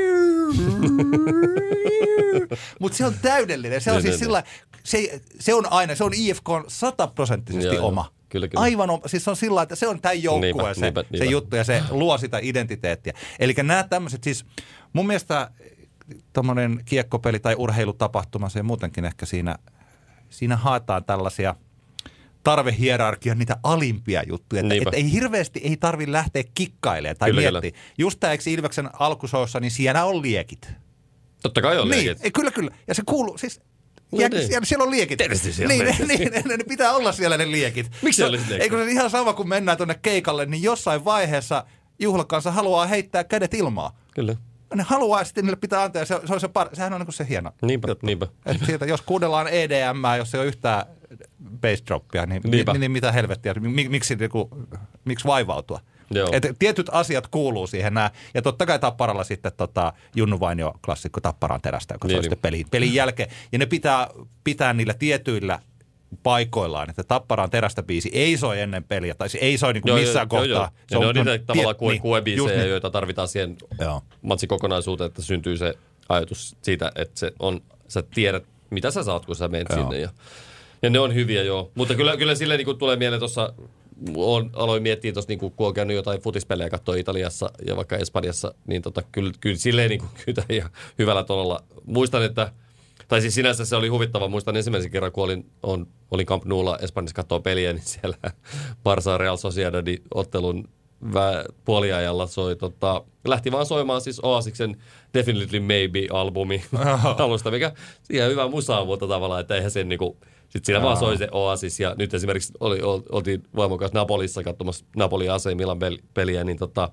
B: Mutta se on täydellinen. Se on ne, siis ne, sillä se, se on aina, se on I F K sataprosenttisesti oma.
C: Kyllä, kyllä.
B: Aivan oma. Siis se on sillä että se on tämän joukkueen se, niinpä, niinpä. se juttu ja se luo sitä identiteettiä. Eli nämä tämmöiset siis, mun mielestä tommoinen kiekkopeli tai urheilutapahtuma, se muutenkin ehkä siinä, siinä haetaan tällaisia tarvehierarkian niitä alimpia juttuja. Että et ei hirveästi ei tarvitse lähteä kikkailemaan tai miettiä. Just tämä, eikö Ilveksen alkusoussa, niin siellä on liekit.
C: Totta kai on
B: niin,
C: liekit.
B: Kyllä, kyllä. Ja se kuuluu, siis ja, ja siellä on liekit.
C: Tietysti siellä
B: niin, on niin, niin, ne pitää olla siellä ne liekit.
C: Miksi se olisi liekit?
B: Eikö se ihan sama, kun mennään tuonne keikalle, niin jossain vaiheessa juhlakansa haluaa heittää kädet ilmaa.
C: Kyllä.
B: Ne haluaa, sitten niille pitää antaa, ja se, se on se par, sehän on niin kuin se hieno.
C: Niinpä,
B: juttu.
C: niinpä.
B: Että siitä, jos kuunnellaan E D M:ää, jos ei ole yhtään bass droppia, niin, niin, niin mitä helvettiä, mik, miksi, niin kuin, miksi vaivautua? Et tietyt asiat kuuluu siihen nää. Ja totta kai Tapparalla sitten tota, Junnu Vainio klassikko Tapparaan terästä, joka niin, soi sitten pelin, pelin jälkeen. Ja ne pitää pitää niillä tietyillä paikoillaan, että Tapparaan terästä biisi ei soi ennen peliä, tai se ei soi niinku missään joo, kohtaa. Joo, joo.
C: Se on, on niitä tavallaan tie, kuebiisejä, niin, joita tarvitaan siihen matsikokonaisuuteen, että syntyy se ajatus siitä, että se on, sä tiedät, mitä sä saat, kun sä menet joo. sinne. Ja, ja ne on hyviä, joo. Mutta kyllä, kyllä silleen niin tulee mieleen tuossa, on, aloin miettiä tuossa, niin kun on käynyt jotain futispelejä katsoa Italiassa ja vaikka Espanjassa, niin tota, kyllä, kyllä silleen niin kuin, kyllä ihan hyvällä tolalla. Muistan, että tai siis sinänsä se oli huvittava. Muistan ensimmäisen kerran, kun olin, on, olin Camp Noulla Espanjassa katsoa peliä, niin siellä Barça Real Sociedadin ottelun vä, puoliajalla soi, tota, lähti vaan soimaan siis Oasiksen Definitely Maybe-albumi alusta, mikä siihen hyvä musaa, mutta tavallaan, että eihän sen niinku, sitten siinä vaan soi se Oasis, ja nyt esimerkiksi oli, oltiin vaimon kanssa Napolissa katsomassa Napoli A C Milan peliä, niin tota,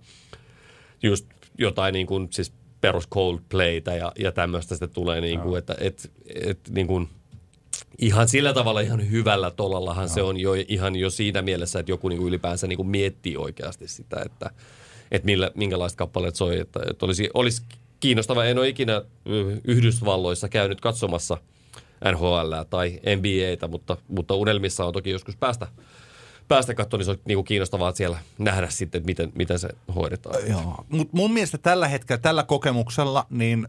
C: just jotain niin kuin, siis perus Coldplaytä ja, ja tämmöistä sitten tulee niin kuin, että et, et, niin kuin, ihan sillä tavalla ihan hyvällä tolallahan no. se on jo ihan jo siinä mielessä, että joku niin kuin ylipäänsä niin kuin miettii oikeasti sitä, että, että millä, minkälaiset kappaleet soi, että, että olisi, olisi kiinnostava. En ole ikinä Yhdysvalloissa käynyt katsomassa N H L tai N B A:tä, mutta, mutta unelmissa on toki joskus päästä Päästä katsomaan, niin se on niinku kiinnostavaa siellä nähdä sitten, että miten, miten se hoidetaan.
B: Joo, mutta mun mielestä tällä hetkellä, tällä kokemuksella, niin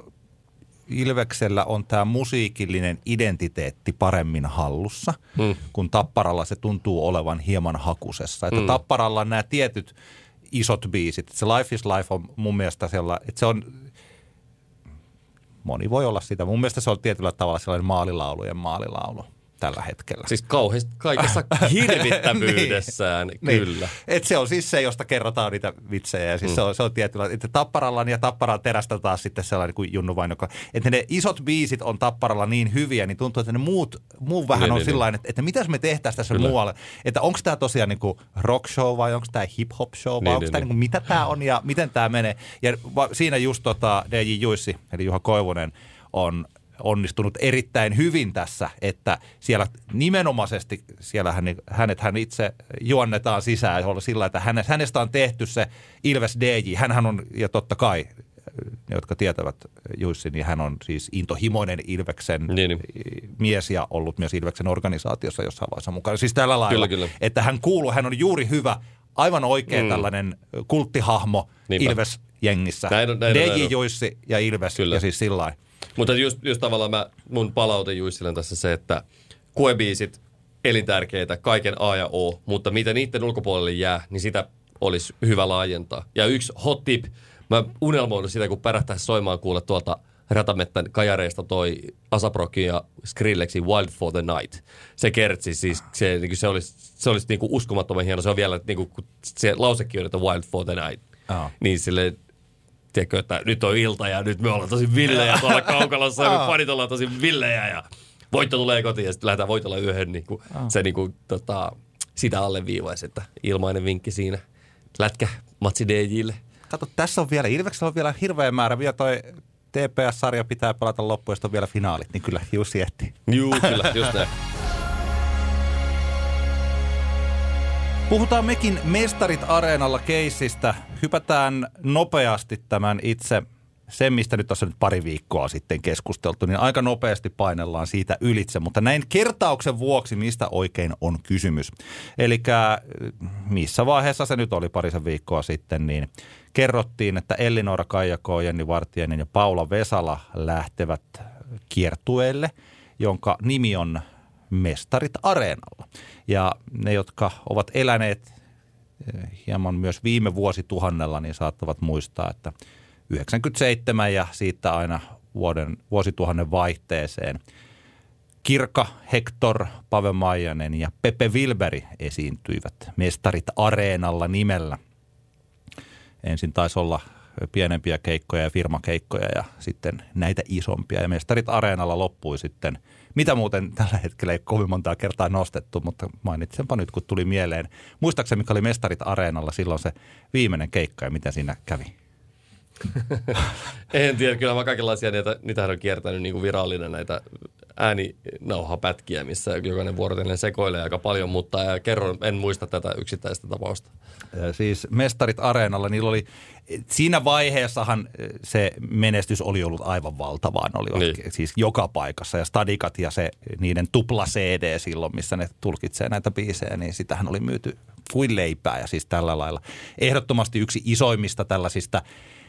B: Ilveksellä on tämä musiikillinen identiteetti paremmin hallussa, hmm. kun Tapparalla se tuntuu olevan hieman hakusessa. Että hmm. Tapparalla on nämä tietyt isot biisit. Se Life is Life on mun mielestä sellainen, että se on, moni voi olla sitä, mun mielestä se on tietyllä tavalla sellainen maalilaulujen maalilaulu. tällä hetkellä.
C: Siis kauheasti kaikessa hirvittävyydessään, niin, kyllä.
B: Niin. Et se on siis se, josta kerrotaan niitä vitsejä. Ja siis mm. se on, se on tietyllä, että Tapparalla ja Tapparan terästä taas sitten sellainen kuin Junnu Vainokka. Että ne isot biisit on Tapparalla niin hyviä, niin tuntuu, että ne muut, muu vähän niin, on niin, sillainen, että, että mitäs me tehtäisiin tässä kyllä. muualle. Että onko tämä tosiaan niin kuin rock show vai onko tämä hip hop show vai niin, onko niin, tämä niin. niin mitä tämä on ja miten tämä menee. Ja siinä just tota D J Juissi, eli Juha Koivunen, on onnistunut erittäin hyvin tässä, että siellä nimenomaisesti, siellä hänet hän itse juonnetaan sisään sillä, että hänestä on tehty se Ilves D J. Hänhän on, ja totta kai, ne jotka tietävät Jussi, niin hän on siis intohimoinen Ilveksen niin, niin. mies ja ollut myös Ilveksen organisaatiossa jossain vaiheessa mukana. Siis tällä lailla, kyllä, kyllä. että hän kuuluu, hän on juuri hyvä, aivan oikein mm. tällainen kulttihahmo Niinpä. Ilves-jengissä. Näin on, näin D J Jussi ja Ilves kyllä. ja siis sillä lailla.
C: Mutta just, just tavallaan mä, mun palaute Juissille on tässä se, että kuebiisit elintärkeitä, kaiken A ja O, mutta mitä niiden ulkopuolelle jää, niin sitä olisi hyvä laajentaa. Ja yksi hot tip, mä unelmoinut sitä, kun pärähtäisi soimaan kuulla tuolta Ratamettän kajareista toi Asaprokin ja Skrillexin Wild for the Night. Se kertsi siis, se, niin se olisi, se olisi niin kuin uskomattoman hieno. Se on vielä, niin kuin, kun se lausekin on, että Wild for the Night. Oh. Niin silleen, tiedätkö, että nyt on ilta ja nyt me ollaan tosi villejä tuolla kaukalossa ja me fanit ollaan tosi villejä ja voitto tulee kotiin ja sitten lähdetään voitolla yhden. Niin kuin, oh. Se niin kuin, tota, sitä alleviivaisi, että ilmainen vinkki siinä. Lätkä matsi D J:lle.
B: Kato, tässä on vielä, Ilveksellä on vielä hirveä määrä. Vielä toi T P S-sarja pitää pelata loppuun, ja sitten on vielä finaalit, niin kyllä Jussi ehtii.
C: Juu, kyllä, just näin.
B: Puhutaan mekin Mestarit Areenalla keissistä. Hypätään nopeasti tämän itse, sen mistä nyt tässä nyt pari viikkoa sitten keskusteltu, niin aika nopeasti painellaan siitä ylitse. Mutta näin kertauksen vuoksi, mistä oikein on kysymys. Eli missä vaiheessa se nyt oli parisen viikkoa sitten, niin kerrottiin, että Ellinora Kaijako, Jenni Vartiainen ja Paula Vesala lähtevät kiertueelle, jonka nimi on Mestarit Areenalla. Ja ne, jotka ovat eläneet hieman myös viime vuosituhannella, niin saattavat muistaa, että yhdeksänkymmentäseitsemän ja siitä aina vuoden, vuosituhannen vaihteeseen Kirka, Hector, Pave Maijanen ja Pepe Wilberi esiintyivät Mestarit Areenalla nimellä. Ensin taisi olla pienempiä keikkoja ja firmakeikkoja ja sitten näitä isompia. Ja Mestarit Areenalla loppui sitten, mitä muuten tällä hetkellä ei kovin montaa kertaa nostettu, mutta mainitsenpa nyt, kun tuli mieleen. Muistaakseni, mikä oli Mestarit Areenalla silloin se viimeinen keikka ja mitä siinä kävi?
C: En tiedä, kyllä mä kaikenlaisia, niitä, niitähän on kiertänyt niin kuin virallinen näitä ääninauhapätkiä, missä jokainen vuorotellen sekoilee aika paljon, mutta kerron, en muista tätä yksittäistä tapausta.
B: Ja siis Mestarit Areenalla, niillä oli, siinä vaiheessahan se menestys oli ollut aivan valtavaa, ne olivat niin. Siis joka paikassa ja stadikat ja se niiden tupla C D silloin, missä ne tulkitsee näitä biisejä, niin sitähän oli myyty kuin leipää ja siis tällä lailla. Ehdottomasti yksi isoimmista tällaisista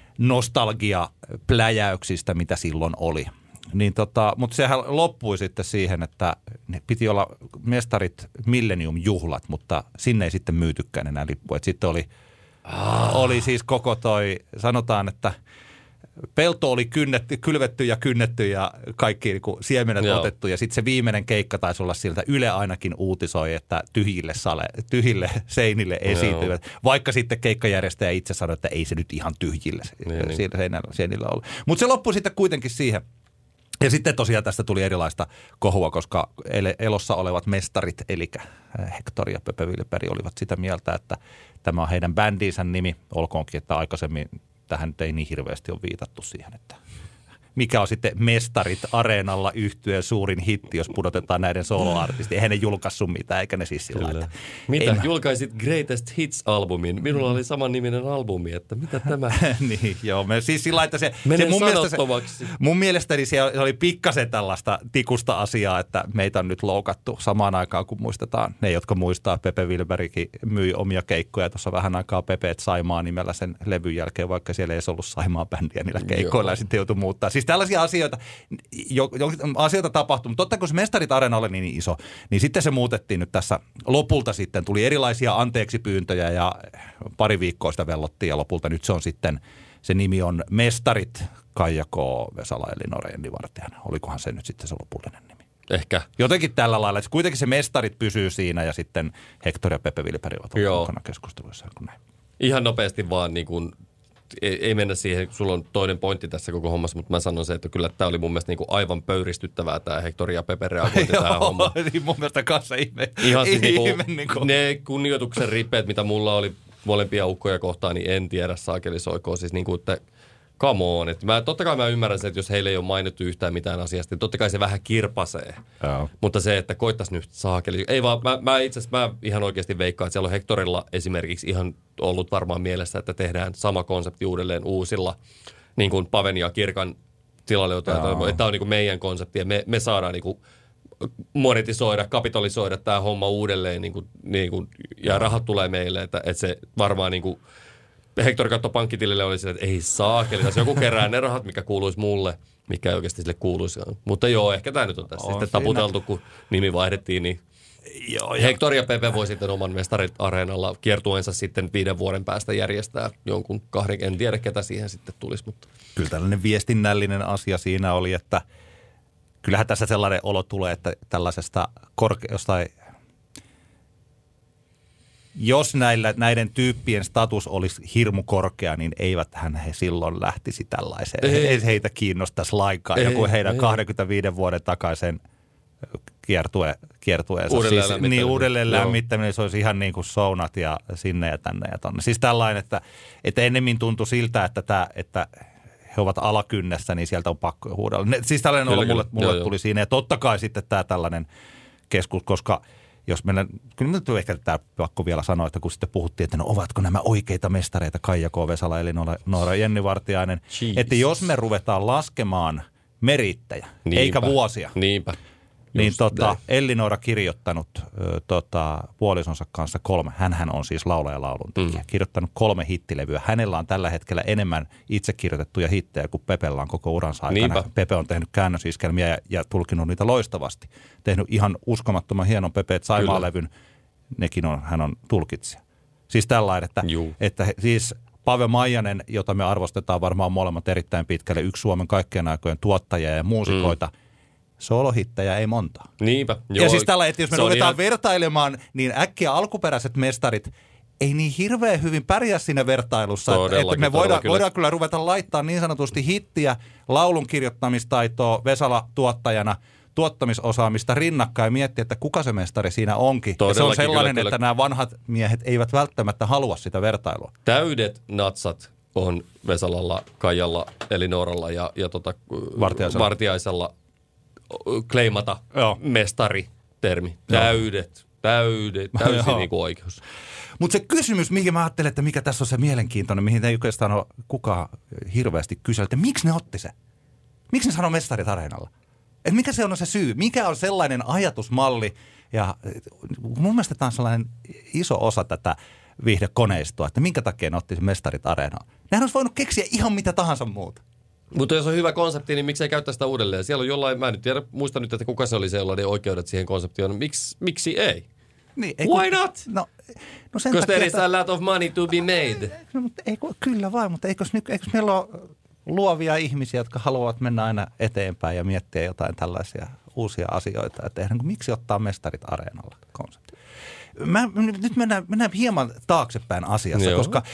B: nostalgia-pläjäyksistä, mitä silloin oli. Niin tota, mutta sehän loppui sitten siihen, että ne piti olla Mestarit Millennium-juhlat, mutta sinne ei sitten myytykään enää lippuja. Sitten oli, ah. oli siis koko toi, sanotaan, että pelto oli kynnetty, kylvetty ja kynnetty ja kaikki niin kuin siemenet Joo. otettu. Ja sitten se viimeinen keikka taisi olla siltä, Yle ainakin uutisoi, että tyhjille, sale, tyhjille seinille esiintyvät. Joo. Vaikka sitten keikkajärjestäjä itse sanoi, että ei se nyt ihan tyhjille niin, seinillä, seinillä ollut. Mutta se loppui sitten kuitenkin siihen. Ja sitten tosiaan tästä tuli erilaista kohua, koska elossa olevat mestarit, eli Hector ja Pepe Wilberi olivat sitä mieltä, että tämä on heidän bändinsä nimi. Olkoonkin, että aikaisemmin tähän ei niin hirveästi ole viitattu siihen, että mikä on sitten Mestarit Areenalla yhtyeen suurin hitti, jos pudotetaan näiden soloartistit. Eihän ne julkaissut mitään, eikä ne siis sillä että
C: mitä? Mä... Julkaisit Greatest Hits-albumin. Minulla oli saman niminen albumi, että mitä tämä?
B: Niin, joo. Me, siis sillä että se, se mun, mielestä se, mun mielestäni se oli pikkasen tällaista tikusta asiaa, että meitä on nyt loukattu samaan aikaan, kun muistetaan. Ne, jotka muistaa, Pepe Wilberikin myi omia keikkoja. Tuossa vähän aikaa Pepe et Saimaa nimellä sen levyn jälkeen, vaikka siellä ei ollut Saimaa bändiä niillä keikoilla. Joo. Ja sitten joutui muuttaa. Siis tällaisia asioita, jo, jo, asioita tapahtui, mutta totta kun se Mestarit Areena oli niin iso, niin sitten se muutettiin nyt tässä lopulta sitten. Tuli erilaisia anteeksipyyntöjä ja pari viikkoa sitä vellottiin ja lopulta nyt se on sitten, se nimi on Mestarit Kaijako, Vesala, Ellinora, Jenni Vartiainen. Olikohan se nyt sitten se lopullinen nimi?
C: ehkä.
B: Jotenkin tällä lailla, että kuitenkin se mestarit pysyy siinä ja sitten Hector ja Pepe Vilperi ovat mukana keskusteluissa. Näin.
C: Ihan nopeasti vaan niin kuin, ei, ei mennä siihen, sulla on toinen pointti tässä koko hommassa, mutta mä sanon se, että kyllä tämä oli mun mielestä niin kuin aivan pöyristyttävää tämä Hector ja Pepe reagointi tähän hommaan.
B: Niin mun mielestä kanssa ihme.
C: Ihan siis niin kuin,
B: niin kuin.
C: Ne kunnioituksen ripeät, mitä mulla oli molempia ukkoja kohtaan, niin en tiedä saakelisoikoon. Siis niin kuin, että come on. Että mä, totta kai mä ymmärrän sen, että jos heille ei ole mainittu yhtään mitään asiasta, niin totta kai se vähän kirpasee.
B: Joo.
C: Mutta se, että koittaisi nyt saakeli. Ei vaan, mä, mä itse asiassa mä ihan oikeasti veikkaan, että siellä on Hectorilla esimerkiksi ihan ollut varmaan mielessä, että tehdään sama konsepti uudelleen uusilla, niin kuin Paven ja Kirkan tilalle jotain. Että tämä on niin kuin meidän konsepti ja me, me saadaan niin kuin monetisoida, kapitalisoida tämä homma uudelleen niin kuin, niin kuin, ja Joo. rahat tulee meille, että, että se varmaan niin kuin Hector katsoi pankkitilille oli sille, että ei saakeli, tässä joku kerää ne rahat, mikä kuuluisi mulle, mikä ei oikeasti sille kuuluisi. Mutta joo, ehkä tämä nyt on tässä. On sitten siinä taputeltu, kun nimi vaihdettiin, niin joo, Hector ja Pepe voi sitten oman mestarit areenalla kiertueensa sitten viiden vuoden päästä järjestää jonkun kahden, en tiedä ketä siihen sitten tulisi. Mutta.
B: Kyllä tällainen viestinnällinen asia siinä oli, että kyllähän tässä sellainen olo tulee, että tällaisesta korke- jostain jos näillä, näiden tyyppien status olisi hirmu korkea, niin eiväthän he silloin lähtisi tällaiseen. Ei, ei heitä kiinnostaisi lainkaan. Ei, joku heidän ei. kaksikymmentäviisi vuoden takaisen kiertue, kiertueensa.
C: Uudelleen
B: siis,
C: lämmittäminen.
B: Niin uudelleen lämmittäminen, se olisi ihan niin kuin saunat ja sinne ja tänne ja tonne. Siis tällainen, että, että ennemmin tuntui siltä, että, tämä, että he ovat alakynnessä, niin sieltä on pakko huudella. Siis tällainen olo mulle, mulle joo, tuli joo. siinä. Ja totta kai sitten tämä tällainen keskus, koska jos meillä, kyllä nyt on ehkä tämä pakko vielä sanoa, että kun sitten puhuttiin, että no ovatko nämä oikeita mestareita Kaija K. Vesala eli Noora Jenni Vartiainen, Jesus. Että jos me ruvetaan laskemaan merittäjä, niinpä, eikä vuosia,
C: niinpä.
B: niin tota, Elli-Noora kirjoittanut ö, tota, puolisonsa kanssa kolme, hänhän on siis laulaja ja lauluntekijä, mm. kirjoittanut kolme hittilevyä. Hänellä on tällä hetkellä enemmän itse kirjoitettuja hittejä kuin Pepellä on koko uransa aikana. Niinpä. Pepe on tehnyt käännösiskelmiä ja, ja tulkinut niitä loistavasti. Tehnyt ihan uskomattoman hienon Pepe Saimaa-levyn, nekin on, hän on tulkitsija. Siis tällainen, että, että siis Pave Maijanen, jota me arvostetaan varmaan molemmat erittäin pitkälle, yksi Suomen kaikkien aikojen tuottajia ja muusikoita, mm. solohittejä ei monta.
C: Niinpä. Joo.
B: Ja siis tällä, että jos me ruvetaan
C: ihan
B: vertailemaan, niin äkkiä alkuperäiset mestarit ei niin hirveän hyvin pärjää siinä vertailussa. Että, että me voidaan, voidaan kyllä ruveta laittamaan niin sanotusti hittiä, laulun kirjoittamistaitoa Vesala tuottajana, tuottamisosaamista rinnakkain ja miettiä, että kuka se mestari siinä onkin. Ja se on sellainen, kyllä, että kyllä. Nämä vanhat miehet eivät välttämättä halua sitä vertailua.
C: Täydet natsat on Vesalalla, Kaijalla, Elli-Nooralla ja, ja tota,
B: Vartiaisella.
C: Vartiaisella kleimata
B: Joo.
C: mestari-termi. Täydet, täydet, täysin no, niin kuin oikeus.
B: Mutta se kysymys, mihin mä ajattelen, että mikä tässä on se mielenkiintoinen, mihin ei oikeastaan ole kukaan hirveästi kysynyt, että miksi ne otti se? Miksi ne sanoo mestarit areenalla? Et mikä se on se syy? Mikä on sellainen ajatusmalli? Ja mun mielestä tämä on sellainen iso osa tätä viihdekoneistoa, että minkä takia ne otti se mestarit areenalla. Nehän olisi voinut keksiä ihan mitä tahansa muuta.
C: Mutta jos on hyvä konsepti, niin miksei käyttää sitä uudelleen? Siellä on jollain, mä en nyt tiedä, muista nyt, että kuka se oli se, jolla ne oikeudet siihen konseptiin on. Miks, miksi ei?
B: Niin, ei
C: Why
B: kun,
C: not?
B: No, no sen
C: Because
B: takia,
C: there is
B: että,
C: a lot of money to be made.
B: No, mutta ei, kyllä vain, mutta eikös, eikös meillä ole luovia ihmisiä, jotka haluavat mennä aina eteenpäin ja miettiä jotain tällaisia uusia asioita. Että eihän, miksi ottaa mestarit areenalla konsepti? Mä, nyt mennään, mennään hieman taaksepäin asiassa, Joo. koska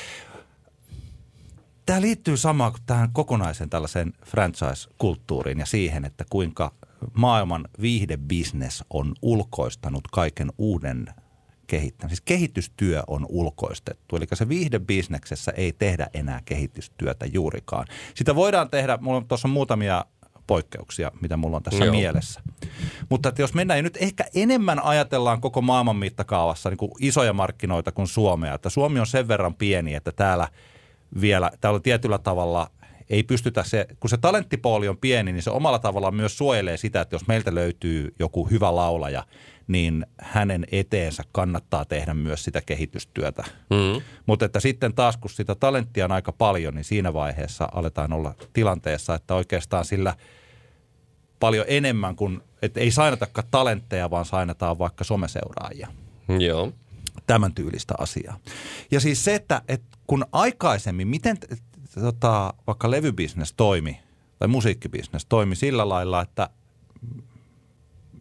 B: tämä liittyy samaan kuin tähän kokonaisen tällaiseen franchise-kulttuuriin ja siihen, että kuinka maailman viihdebisnes on ulkoistanut kaiken uuden kehittämisen. Siis kehitystyö on ulkoistettu, eli se viihdebisneksessä ei tehdä enää kehitystyötä juurikaan. Sitä voidaan tehdä, mulla on tuossa muutamia poikkeuksia, mitä mulla on tässä Joo. mielessä. Mutta että jos mennään ja nyt ehkä enemmän ajatellaan koko maailman mittakaavassa niin kuin isoja markkinoita kuin Suomea, että Suomi on sen verran pieni, että täällä vielä, täällä tietyllä tavalla ei pystytä se, kun se talenttipooli on pieni, niin se omalla tavallaan myös suojelee sitä, että jos meiltä löytyy joku hyvä laulaja, niin hänen eteensä kannattaa tehdä myös sitä kehitystyötä. Mm. Mutta että sitten taas, kun sitä talenttia on aika paljon, niin siinä vaiheessa aletaan olla tilanteessa, että oikeastaan sillä paljon enemmän kuin, että ei sainatakaan talentteja, vaan sainataan vaikka someseuraajia.
C: Joo.
B: Tämän tyylistä asiaa. Ja siis se, että, että kun aikaisemmin, miten tota, vaikka levybisnes toimi, tai musiikkibisnes toimi sillä lailla, että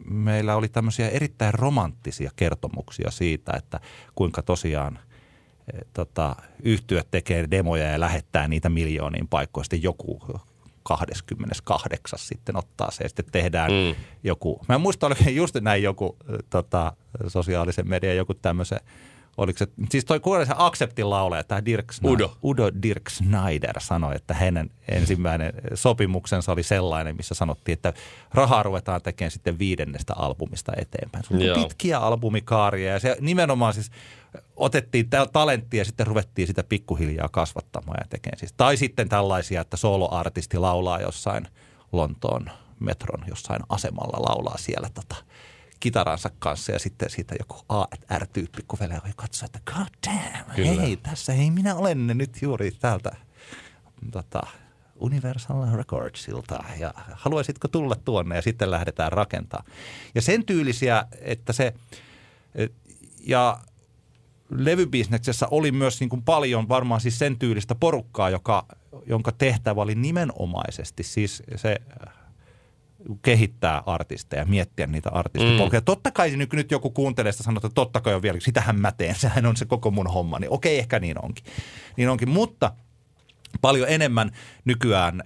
B: meillä oli tämmöisiä erittäin romanttisia kertomuksia siitä, että kuinka tosiaan e, tota, yhtyöt tekee demoja ja lähettää niitä miljooniin paikkoihin. Sitten joku kaksikymmentäkahdeksan sitten ottaa se ja sitten tehdään mm. joku. Mä en muista, oliko just näin joku tota, sosiaalisen median joku tämmöisen. Oliko se, siis toi kuulee se Acceptin laulaja, tämä Dirk Snyder,
C: Udo.
B: Udo Dirk Snyder sanoi, että hänen ensimmäinen sopimuksensa oli sellainen, missä sanottiin, että rahaa ruvetaan tekemään sitten viidennestä albumista eteenpäin. Se on pitkiä albumikaaria ja se nimenomaan siis otettiin talenttia ja sitten ruvettiin sitä pikkuhiljaa kasvattamaan ja tekemään. Siis. Tai sitten tällaisia, että soloartisti laulaa jossain Lontoon metron jossain asemalla, laulaa siellä tota kitaransa kanssa ja sitten siitä joku A and R-tyyppi kuvelee ja katsoo, että god damn, Kyllä. hei, tässä hei, minä olen nyt juuri täältä tota, Universal Recordsilta ja haluaisitko tulla tuonne ja sitten lähdetään rakentamaan. Ja sen tyylisiä, että se, ja levybisneksessä oli myös niin kuin paljon varmaan siis sen tyylistä porukkaa, joka, jonka tehtävä oli nimenomaisesti siis se kehittää artisteja, miettiä niitä artistipolkuja. Mm. Totta kai nyt, nyt joku kuuntelee sitä sanoo, että totta kai on vielä, sitähän mä teen, sehän on se koko mun homma. Niin okei, ehkä niin onkin. Niin onkin, mutta paljon enemmän nykyään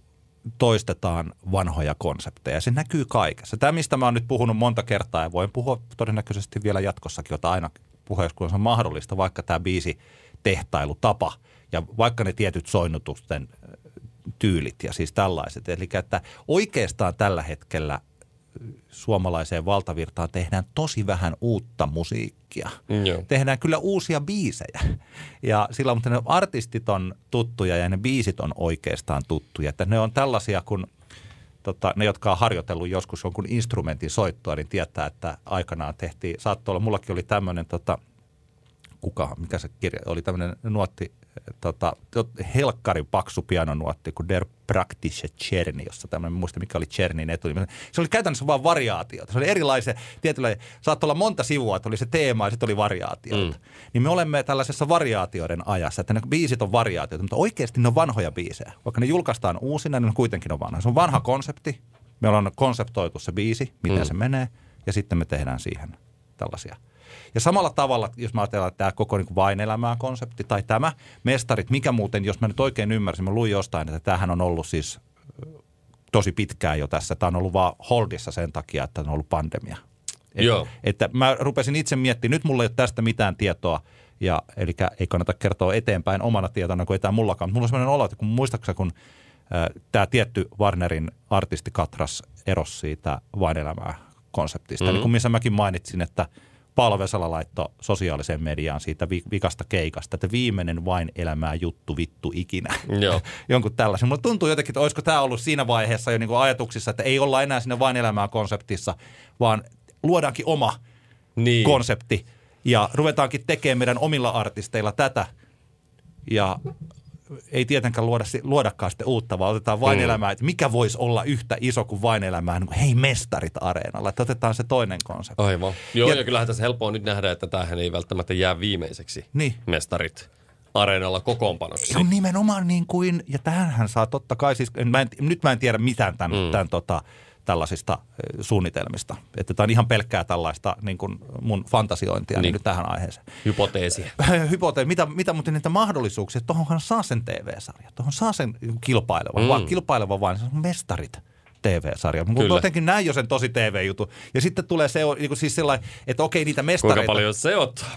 B: toistetaan vanhoja konsepteja. Se näkyy kaikessa. Tämä, mistä mä oon nyt puhunut monta kertaa ja voin puhua todennäköisesti vielä jatkossakin, jota aina puhua, kun on mahdollista, vaikka tämä biisi tehtailutapa ja vaikka ne tietyt soinnutusten tyylit ja siis tällaiset. Eli että oikeastaan tällä hetkellä suomalaiseen valtavirtaan tehdään tosi vähän uutta musiikkia.
C: Joo.
B: Tehdään kyllä uusia biisejä. Ja sillä mutta ne artistit on tuttuja ja ne biisit on oikeastaan tuttuja. Että ne on tällaisia, kun tota, ne, jotka on harjoitellut joskus jonkun instrumentin soittoa, niin tietää, että aikanaan tehtiin, saattoi olla, mullakin oli tämmöinen, tota, kuka, mikä se kirja, oli tämmöinen nuotti, Tota, helkkarin paksu pianonuotti kuin Der Praktische Czerny, jossa tämmöinen, muista mikä oli Czernyn etu. Se oli käytännössä vaan variaatiota. Se oli erilaisia, tietyllä, saattoi olla monta sivua, että oli se teema ja sitten oli variaatioita. Mm. Niin me olemme tällaisessa variaatioiden ajassa, että ne biisit on variaatioita, mutta oikeasti ne on vanhoja biisejä. Vaikka ne julkaistaan uusina, niin ne kuitenkin on vanha. Se on vanha konsepti. Meillä on konseptoitu se biisi, miten mm. se menee, ja sitten me tehdään siihen tällaisia. Ja samalla tavalla, jos mä ajatellaan, että tämä koko niin kuin vain elämää konsepti tai tämä Mestarit, mikä muuten, jos mä nyt oikein ymmärsin, mä luin jostain, että tämähän on ollut siis tosi pitkään jo tässä. Tämä on ollut vaan holdissa sen takia, että on ollut pandemia. Et,
C: Joo.
B: Että mä rupesin itse miettimään, nyt mulla ei ole tästä mitään tietoa, ja, eli ei kannata kertoa eteenpäin omana tietona, kun ei tämä mullakaan. Mulla on sellainen olo, että kun muistaakseni, kun äh, tämä tietty Warnerin artisti Katras erosi siitä vain elämää konseptista, mm-hmm. niin kuin missä mäkin mainitsin, että Paolo Vesala laittoi sosiaaliseen mediaan siitä vikasta keikasta, että viimeinen vain elämää juttu vittu ikinä.
C: Joo.
B: Jonkun tällaisen. Mulla tuntuu jotenkin, että olisiko tämä ollut siinä vaiheessa jo niin kuin ajatuksissa, että ei olla enää siinä vain elämää konseptissa, vaan luodaankin oma niin. konsepti ja ruvetaankin tekemään meidän omilla artisteilla tätä ja ei tietenkään luoda, luodakaan sitten uutta, vaan otetaan vain mm. elämää, että mikä voisi olla yhtä iso kuin vain elämää, niin kuin hei Mestarit areenalla, että otetaan se toinen konsepti.
C: Aivan. Joo, ja, ja kyllähän tässä helppoa nyt nähdä, että tämähän ei välttämättä jää viimeiseksi niin. Mestarit areenalla kokoonpanoksi.
B: Se on nimenomaan niin kuin, ja tähänhän saa totta kai, siis mä en, nyt mä en tiedä mitään tämän, mm. tämän tota, tällaisista suunnitelmista. Että tämä on ihan pelkkää tällaista niin kuin mun fantasiointia niin. nyt tähän aiheeseen.
C: Hypoteesia.
B: Hypoteesia. Mitä, mitä muuten niitä mahdollisuuksia? Tuohonhan saa sen T V-sarja. Tuohon saa sen kilpailevan, mm. vaan kilpaileva vain. Se on Mestarit T V-sarja. Mutta jotenkin näin jo sen tosi T V-jutun. Ja sitten tulee se, niin kuin siis sellainen, että okei niitä mestareita.
C: Kuinka paljon se ottaa?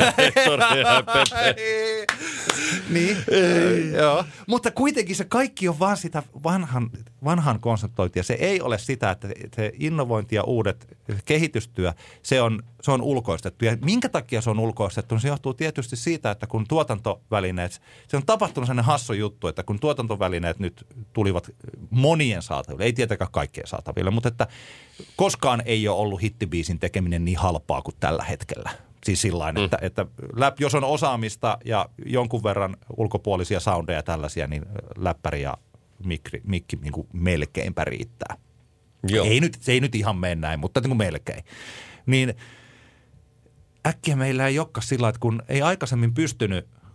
B: Niin, joo. Mutta kuitenkin se kaikki on vaan sitä vanhan, vanhan konseptointia. Se ei ole sitä, että se innovointi ja uudet kehitystyö, se on, se on ulkoistettu. Ja minkä takia se on ulkoistettu? Se johtuu tietysti siitä, että kun tuotantovälineet, se on tapahtunut sellainen hassu juttu, että kun tuotantovälineet nyt tulivat monien saataville, ei tietenkään kaikkien saataville, mutta että koskaan ei ole ollut hittibiisin tekeminen niin halpaa kuin tällä hetkellä. Siis sillain, mm. että, että läp, jos on osaamista ja jonkun verran ulkopuolisia soundeja ja tällaisia, niin läppäri ja mikri, mikki niin kuin melkeinpä riittää. Joo. Ei nyt, se ei nyt ihan mene näin, mutta niin kuin melkein. Niin äkkiä meillä ei olekaan sillä, että kun ei aikaisemmin pystynyt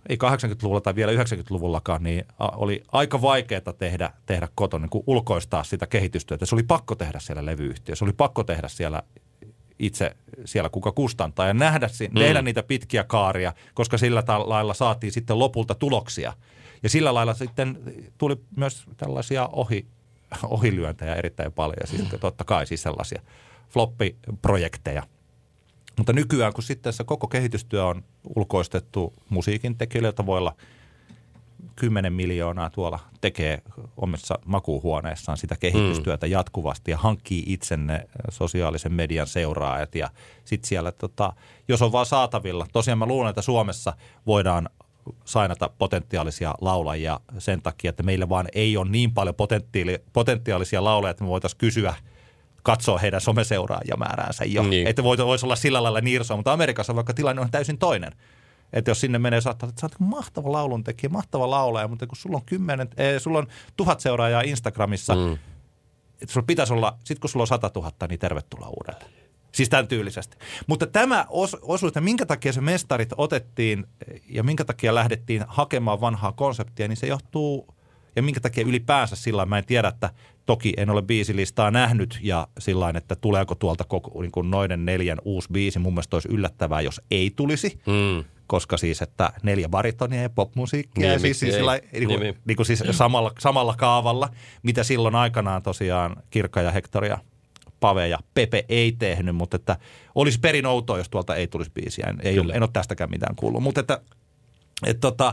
B: ei kahdeksankymmentäluvulla tai vielä yhdeksänkymmentäluvullakaan, niin oli aika vaikeaa tehdä, tehdä kotona, niin kuin ulkoistaa sitä kehitystyötä. Se oli pakko tehdä siellä levyyhtiö, se oli pakko tehdä siellä itse siellä kuka kustantaa ja nähdä, mm. tehdä niitä pitkiä kaaria, koska sillä lailla saatiin sitten lopulta tuloksia. Ja sillä lailla sitten tuli myös tällaisia ohi, ohilyöntejä erittäin paljon ja siis totta kai siis sellaisia floppiprojekteja. Mutta nykyään, kun sitten se koko kehitystyö on ulkoistettu musiikin tekijöille, jota voi olla kymmenen miljoonaa tuolla tekee omissa makuuhuoneissaan sitä kehitystyötä mm. jatkuvasti ja hankkii itsenne sosiaalisen median seuraajat. Ja sitten siellä, tota, jos on vaan saatavilla, tosiaan mä luulen, että Suomessa voidaan sainata potentiaalisia laulajia sen takia, että meillä vaan ei ole niin paljon potentiaali- potentiaalisia laulajia, että me voitaisiin kysyä, katsoa heidän someseuraajamääränsä jo. Niin. Että voisi olla sillä lailla nirsoa, mutta Amerikassa vaikka tilanne on täysin toinen. Että jos sinne menee, saattaa, että sä oot mahtava lauluntekijä, mahtava laulaja, mutta kun sulla on kymmenen, eh, sulla on tuhat seuraajaa Instagramissa, mm. että sulla pitäisi olla, sit kun sulla on sata tuhatta, niin tervetuloa uudelleen. Siis tämän tyylisesti. Mutta tämä os, osuus, että minkä takia se Mestarit otettiin ja minkä takia lähdettiin hakemaan vanhaa konseptia, niin se johtuu, ja minkä takia ylipäänsä sillä mä en tiedä, että toki en ole biisilistaa nähnyt ja sillain, että tuleeko tuolta koko, niin kuin noiden neljän uusi biisi. Mun mielestä olisi yllättävää, jos ei tulisi, mm. koska siis, että neljä baritonia ja popmusiikkia niin, ja siis, siis, sillä, niin kuin, niin. Niin kuin siis samalla, samalla kaavalla, mitä silloin aikanaan tosiaan Kirkka ja Hektori ja Pave ja Pepe ei tehnyt, mutta että olisi perin outoa, jos tuolta ei tulisi biisiä. En, ei ole, en ole tästäkään mitään kuullut, mutta että et, tota,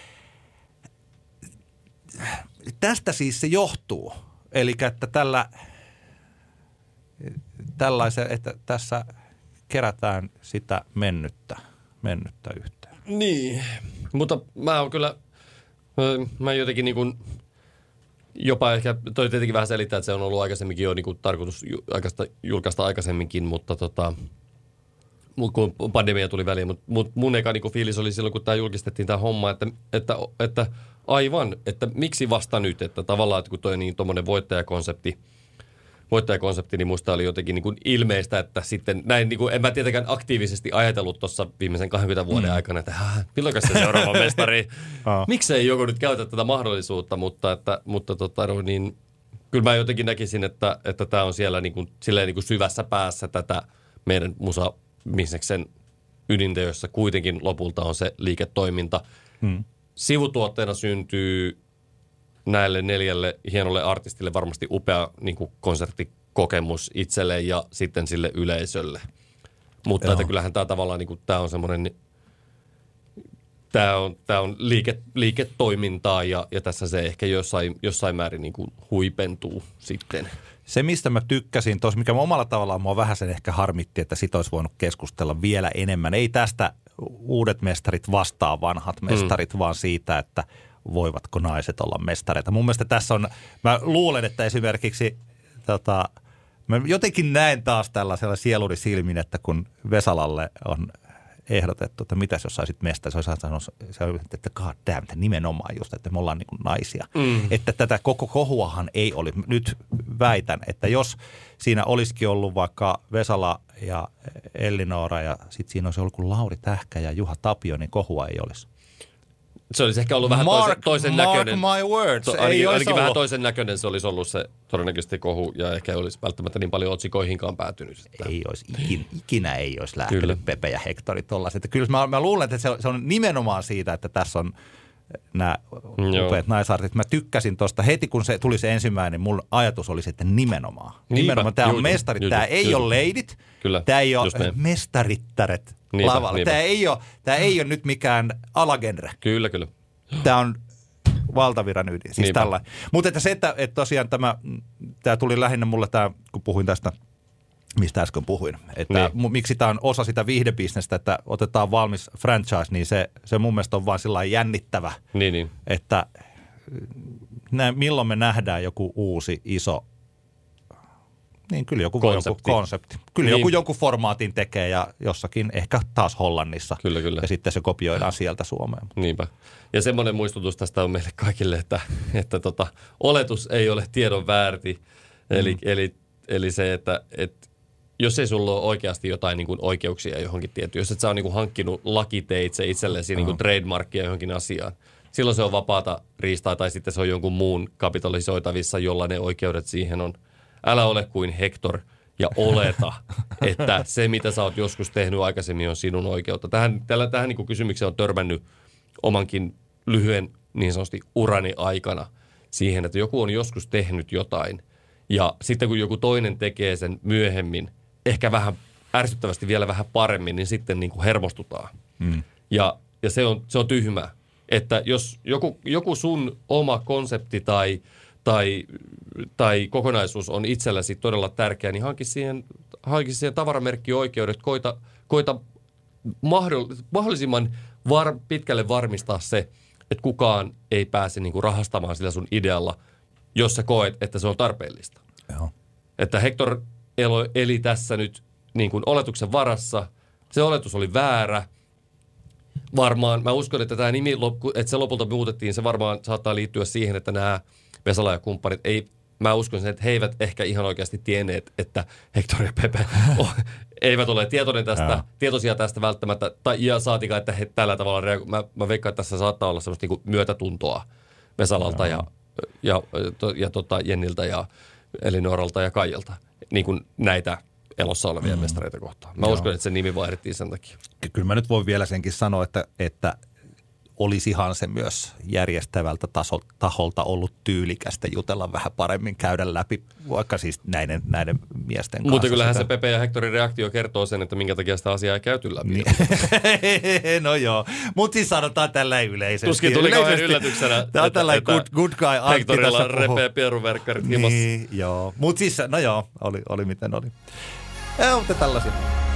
B: tästä siis se johtuu. Eli että tällä, tällaisen, että tässä kerätään sitä mennyttä, mennyttä yhteen.
C: Niin, mutta mä oon kyllä, mä jotenkin niin kuin, jopa ehkä, toi tietenkin vähän selittää, että se on ollut aikaisemminkin jo niin kuin tarkoitus julkaista aikaisemminkin, mutta tota, kun pandemia tuli väliin, mutta mun eka niin kuin fiilis oli silloin, kun tämä julkistettiin tämä homma, että, että, että aivan, että miksi vasta nyt, että tavallaan, että kun toi niin tuommoinen voittajakonsepti, voittajakonsepti, niin musta oli jotenkin niin kuin ilmeistä, että sitten näin, niin kuin, en mä tietenkään aktiivisesti ajatellut tuossa viimeisen kaksikymmentä vuoden mm. aikana, että milloinkas se seuraava mestari, miksei joku nyt käytä tätä mahdollisuutta, mutta, että, mutta tota, no, niin, kyllä mä jotenkin näkisin, että, että tämä on siellä niin kuin, silleen niin kuin syvässä päässä tätä meidän musa-bisneksen ydintä, jossa kuitenkin lopulta on se liiketoiminta. Mm. Sivutuotteena syntyy näille neljälle hienolle artistille varmasti upea niin kuin konserttikokemus itselle ja sitten sille yleisölle. Mutta että kyllähän tämä tavallaan, niin kuin, tämä on semmoinen, tämä on, tämä on liike, liiketoimintaa ja, ja tässä se ehkä jossain, jossain määrin niin kuin huipentuu sitten.
B: Se, mistä mä tykkäsin tuossa, mikä omalla tavallaan mua vähän sen ehkä harmitti, että sit olisi voinut keskustella vielä enemmän. Ei tästä uudet mestarit vastaa vanhat mestarit, mm. vaan siitä, että voivatko naiset olla mestareita. Mun mielestä tässä on, mä luulen, että esimerkiksi tota, mä jotenkin näen taas tällaisella sieluni silmin, että kun Vesalalle on ehdotettu, että mitäs jos saisit mestari, se olisi sanonut, että god damn, nimenomaan just, että me ollaan niin kuin naisia. Mm. Että tätä koko kohuahan ei oli. Nyt väitän, että jos siinä olisikin ollut vaikka Vesala ja Ellinora ja sitten siinä olisi ollut kuin Lauri Tähkä ja Juha Tapio, niin kohua ei olisi.
C: Se olisi ehkä ollut vähän
B: Mark,
C: toisen, toisen
B: mark
C: näköinen.
B: Mark my words.
C: To,
B: ei
C: ainakin ainakin
B: ollut.
C: vähän toisen näköinen se olisi ollut se todennäköisesti kohu ja ehkä ei olisi välttämättä niin paljon otsikoihinkaan päätynyt. Että.
B: Ei olisi, ikinä, ikinä ei olisi lähtenyt kyllä. Pepe ja Hektori tollaiset. Kyllä mä, mä luulen, että se on, se on nimenomaan siitä, että tässä on nämä upeat naisartit. Mä tykkäsin tuosta heti, kun se tuli se ensimmäinen, mun ajatus oli se, että nimenomaan. Niinpä, nimenomaan tämä on mestarit, juuri, tämä ei juuri. Ole leidit, kyllä, tämä ei ole mestarittaret niinpä, lavalla. Niinpä. Tämä, ei ole, tämä ei ole nyt mikään alagenre.
C: Kyllä, kyllä.
B: Tämä on valtaviran ydin. Siis tällä. Mutta että se, että, että tosiaan tämä, tämä tuli lähinnä mulle, tämä, kun puhuin tästä, mistä äsken puhuin, että niin. miksi tämä on osa sitä viihdebisnestä, että otetaan valmis franchise, niin se, se mun mielestä on vaan sillä lailla jännittävä,
C: niin, niin.
B: että nä, milloin me nähdään joku uusi iso, niin kyllä joku, konsepti. joku konsepti. Kyllä niin. joku jonkun formaatin tekee ja jossakin ehkä taas Hollannissa.
C: Kyllä, kyllä.
B: Ja sitten se kopioidaan sieltä Suomeen.
C: Niinpä. Ja semmoinen muistutus tästä on meille kaikille, että, että tota, oletus ei ole tiedon väärti. Eli, mm. eli, eli se, että et, jos ei sulla ole oikeasti jotain niin kuin oikeuksia johonkin tiettyyn, jos et sä ole niin kuin hankkinut lakiteitse itsellesi niin kuin trademarkia johonkin asiaan, silloin se on vapaata riistaa tai sitten se on jonkun muun kapitalisoitavissa, jolla ne oikeudet siihen on. Älä ole kuin Hector ja oleta, että se mitä sä oot joskus tehnyt aikaisemmin on sinun oikeutta. Tähän, tällä, tähän niin kuin kysymykseen on törmännyt omankin lyhyen niin sanotusti urani aikana siihen, että joku on joskus tehnyt jotain ja sitten kun joku toinen tekee sen myöhemmin, ehkä vähän ärsyttävästi vielä vähän paremmin, niin sitten niin kuin hermostutaan. Mm. Ja, ja se on, se on tyhmää. Että jos joku, joku sun oma konsepti tai, tai, tai kokonaisuus on itselläsi todella tärkeä, niin hanki siihen, hanki siihen tavaramerkkioikeudet, koita, koita mahdollisimman var, pitkälle varmistaa se, että kukaan ei pääse niin kuin rahastamaan sillä sun idealla, jos sä koet, että se on tarpeellista.
B: Joo.
C: Että Hector eli tässä nyt niin kuin oletuksen varassa. Se oletus oli väärä. Varmaan, mä uskon, että tämä nimi, että se lopulta muutettiin, se varmaan saattaa liittyä siihen, että nämä Vesala ja kumppanit, ei, mä uskon sen, että he eivät ehkä ihan oikeasti tienneet, että Hector ja Pepe eivät ole tietoinen tästä, tietoisia tästä välttämättä, tai, ja saatika, että he tällä tavalla reagoivat. Mä, mä veikkaan, että tässä saattaa olla semmoista niin kuin myötätuntoa Vesalalta ja, ja, ja, ja tota Jenniltä ja Elinoralta ja Kaijalta, niin kuin näitä elossa olevia mm. mestareita kohtaan. Mä Joo. uskon, että se nimi vaihdettiin sen takia.
B: Kyllä mä nyt voin vielä senkin sanoa, että, että olisihan se myös järjestävältä taso, taholta ollut tyylikästä jutella vähän paremmin, käydä läpi, vaikka siis näiden, näiden miesten kanssa.
C: Mutta kyllähän sitä. Se Pepe ja Hectorin reaktio kertoo sen, että minkä takia sitä asiaa ei käyty läpi.
B: Niin. No joo, mutta siis sanotaan tällä yleisesti.
C: Tuskin tuli kauhean yllätyksenä,
B: tämä on tällainen good, good guy Antti
C: Hectorilla repee pieruverkkarit himassa.
B: Niin, joo. Mutta siis, no joo, oli, oli miten oli. Joo, mutta tällaisia.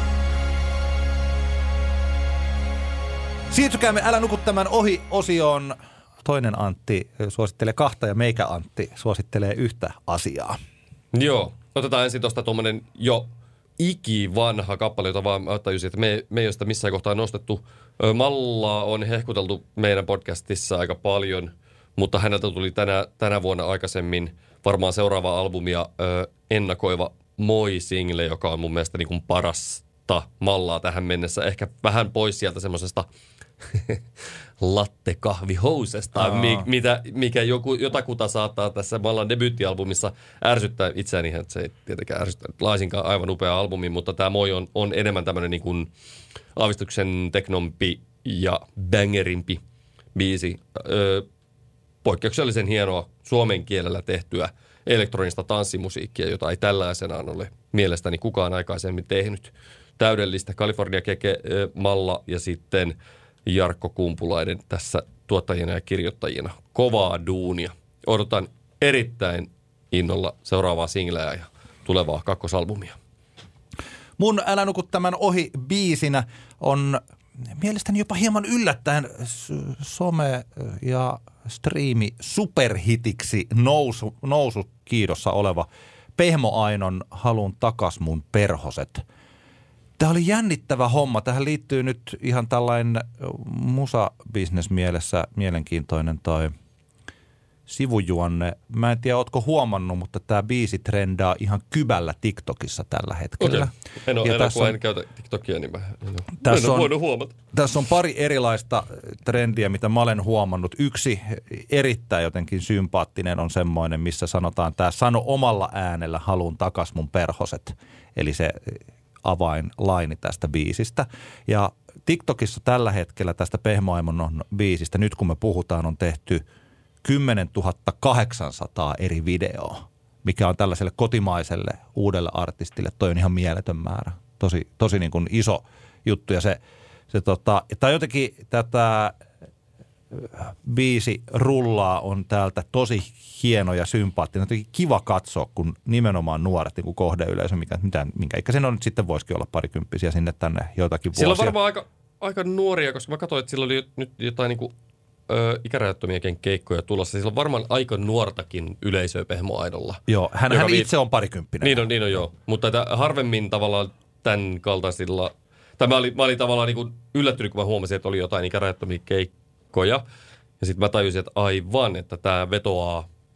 B: Siirtykäämme Älä nuku tämän ohi -osioon. Toinen Antti suosittelee kahta ja meikä Antti suosittelee yhtä asiaa.
C: Joo, otetaan ensin tuosta tuommoinen jo ikivanha kappale, jota vaan mä tajusin, että me, me ei ole sitä missään kohtaa nostettu. Mallaa on hehkuteltu meidän podcastissa aika paljon, mutta häneltä tuli tänä, tänä vuonna aikaisemmin varmaan seuraava albumia ö, ennakoiva Moi-single, joka on mun mielestä niin kuin parasta Mallaa tähän mennessä. Ehkä vähän pois sieltä semmoisesta lattekahvihousesta, mitä, mikä joku, jotakuta saattaa tässä Mallan debyyttialbumissa ärsyttää itseäni. Että se ei tietenkään ärsyttää laisinkaan aivan upea albumi, mutta tämä Moi on, on enemmän tämmöinen niin kuin aavistuksen teknompi ja bangerimpi biisi. Öö, poikkeuksellisen hienoa suomen kielellä tehtyä elektronista tanssimusiikkia, jota ei tällaisenaan ole mielestäni kukaan aikaisemmin tehnyt. Täydellistä California Keke, Malla ja sitten Jarkko Kumpulainen tässä tuottajina ja kirjoittajina. Kovaa duunia. Odotan erittäin innolla seuraavaa singleä ja tulevaa kakkosalbumia.
B: Mun Älä nuku tämän ohi -biisinä on mielestäni jopa hieman yllättäen some- ja striimi superhitiksi nousu, nousu kiidossa oleva Pehmo Ainon Halun takas mun perhoset. Tämä oli jännittävä homma. Tähän liittyy nyt ihan tällainen musa-business mielessä mielenkiintoinen toi sivujuonne. Mä en tiedä, ootko huomannut, mutta tämä biisi trendaa ihan kybällä TikTokissa tällä hetkellä.
C: Okei. En ole, en, on, en käytä TikTokia, niin mä en ole,
B: tässä
C: en ole
B: on,
C: voinut huomata.
B: Tässä on pari erilaista trendiä, mitä mä olen huomannut. Yksi erittäin jotenkin sympaattinen on semmoinen, missä sanotaan tämä sano omalla äänellä halun takas mun perhoset. Eli se avainlaini tästä biisistä. Ja TikTokissa tällä hetkellä tästä Pehmo Ainon biisistä, nyt kun me puhutaan, on tehty kymmenentuhatta kahdeksansataa eri videoa, mikä on tällaiselle kotimaiselle uudelle artistille. Toi on ihan mieletön määrä. Tosi, tosi niin kuin iso juttu. Ja se, se tota, tai jotenkin tätä biisi rullaa on täältä tosi hieno ja sympaattinen. Jotenkin kiva katsoa, kun nimenomaan nuoret niin kuin kohdeyleisö, mikä, minkä ikäisen on nyt sitten voisikin olla parikymppisiä sinne tänne joitakin vuosia.
C: Sillä on varmaan aika, aika nuoria, koska mä katsoin, että sillä oli nyt jotain niin kuin Öö, ikärajattomiakin keikkoja tulossa. Sillä on varmaan aika nuortakin yleisöä Pehmo Ainolla.
B: Joo, hän, hän itse on parikymppinen.
C: Niin on, niin on joo. Mutta että harvemmin tavallaan tämän kaltaisilla, tai mä olin, mä olin tavallaan niin kuin yllättynyt, kun mä huomasin, että oli jotain ikärajattomia keikkoja. Ja sitten mä tajusin, että aivan, että tämä vetoaa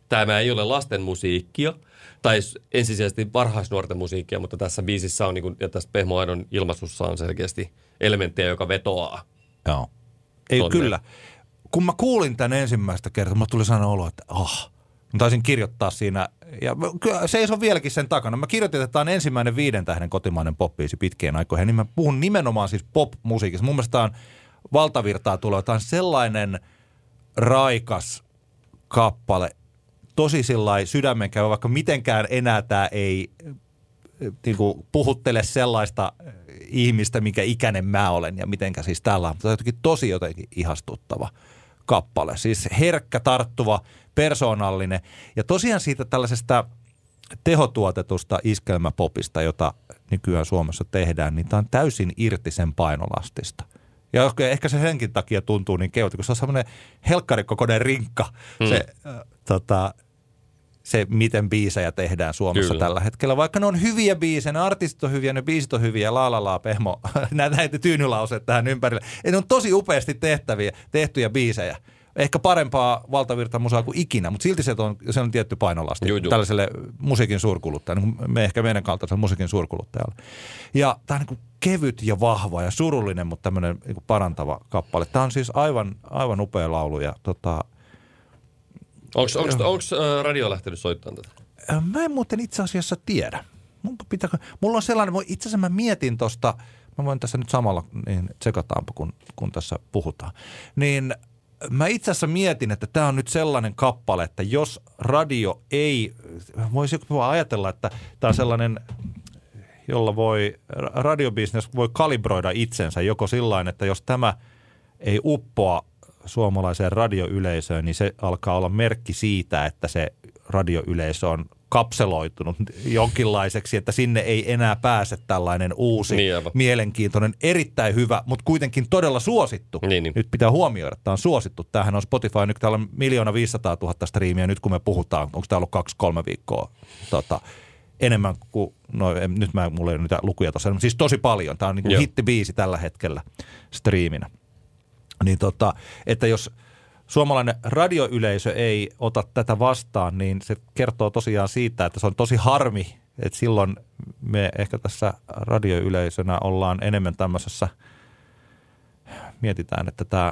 C: tämä ei ole lasten musiikkia, tai ensisijaisesti varhaisnuorten musiikkia, mutta tässä biisissä on, niin kuin, ja tässä Pehmo Aidon ilmaisussa on selkeästi elementtejä, joka vetoaa.
B: Joo. Ei
C: tonne.
B: Kyllä. Kun mä kuulin tämän ensimmäistä kertaa, mä tuli sanoa olo, että ah, mä taisin kirjoittaa siinä, ja seison vieläkin sen takana. Mä kirjoitin, että tämä on ensimmäinen viiden tähden kotimainen pop-biisi pitkien aikoihin, niin mä puhun nimenomaan siis pop-musiikissa. Mun mielestä tämä on valtavirtaa tuleva. Tämä on sellainen raikas kappale, tosi sillai sydämenkäyvä, vaikka mitenkään enää tämä ei niin kuin, puhuttele sellaista ihmistä, mikä ikäinen mä olen ja mitenkä siis tällä on. Mutta jotenkin tosi jotenkin ihastuttava kappale. Siis herkkä, tarttuva, persoonallinen ja tosiaan siitä tällaisesta tehotuotetusta iskelmäpopista, jota nykyään Suomessa tehdään, niin tämä on täysin irti sen painolastista. Ja ehkä se senkin takia tuntuu niin keulti, kun se on semmoinen helkkarikokoinen rinkka, mm. se, äh, tota, se miten biisejä tehdään Suomessa Kyllä. tällä hetkellä. Vaikka ne on hyviä biisejä, ne artistit on hyviä, ne biisit on hyviä, la la la, Pehmo, näitä tyynylauseet tähän ympärille. Ja ne on tosi upeasti tehtäviä, tehtyjä biisejä. Ehkä parempaa valtavirtamusaa kuin ikinä, mutta silti se on, se on tietty painolasti Juju. tällaiselle musiikin suurkuluttajalle, niin me ehkä meidän kaltaiselle musiikin suurkuluttajalle. Ja tämä on niin kuin kevyt ja vahva ja surullinen, mutta tämmöinen niin kuin parantava kappale. Tämä on siis aivan, aivan upea laulu. Ja, tota,
C: onko radio lähtenyt soittamaan tätä?
B: Mä en muuten itse asiassa tiedä. Pitääkö, mulla on sellainen, itse asiassa mä mietin tuosta, mä voin tässä nyt samalla, niin tsekataanpa kun, kun tässä puhutaan, niin mä itse asiassa mietin, että tämä on nyt sellainen kappale, että jos radio ei, voisi joku ajatella, että tämä on sellainen, jolla voi, radiobusiness voi kalibroida itsensä joko sillain, että jos tämä ei uppoa suomalaiseen radioyleisöön, niin se alkaa olla merkki siitä, että se radioyleisö on kapseloitunut jonkinlaiseksi, että sinne ei enää pääse tällainen uusi, niin mielenkiintoinen, erittäin hyvä, mutta kuitenkin todella suosittu.
C: Niin, niin.
B: Nyt pitää huomioida, että tämä on suosittu. Tämähän on Spotify, nyt täällä on miljoona viisisataa tuhatta striimiä, nyt kun me puhutaan, onko tämä ollut kaksi, kolme viikkoa tota, enemmän kuin, no nyt mä, mulla ei ole niitä lukuja tuossa, mutta siis tosi paljon. Tämä on niin kuin hittibiisi tällä hetkellä striiminä. Niin tota, että jos suomalainen radioyleisö ei ota tätä vastaan, niin se kertoo tosiaan siitä, että se on tosi harmi, että silloin me ehkä tässä radioyleisönä ollaan enemmän tämmöisessä, mietitään, että tämä,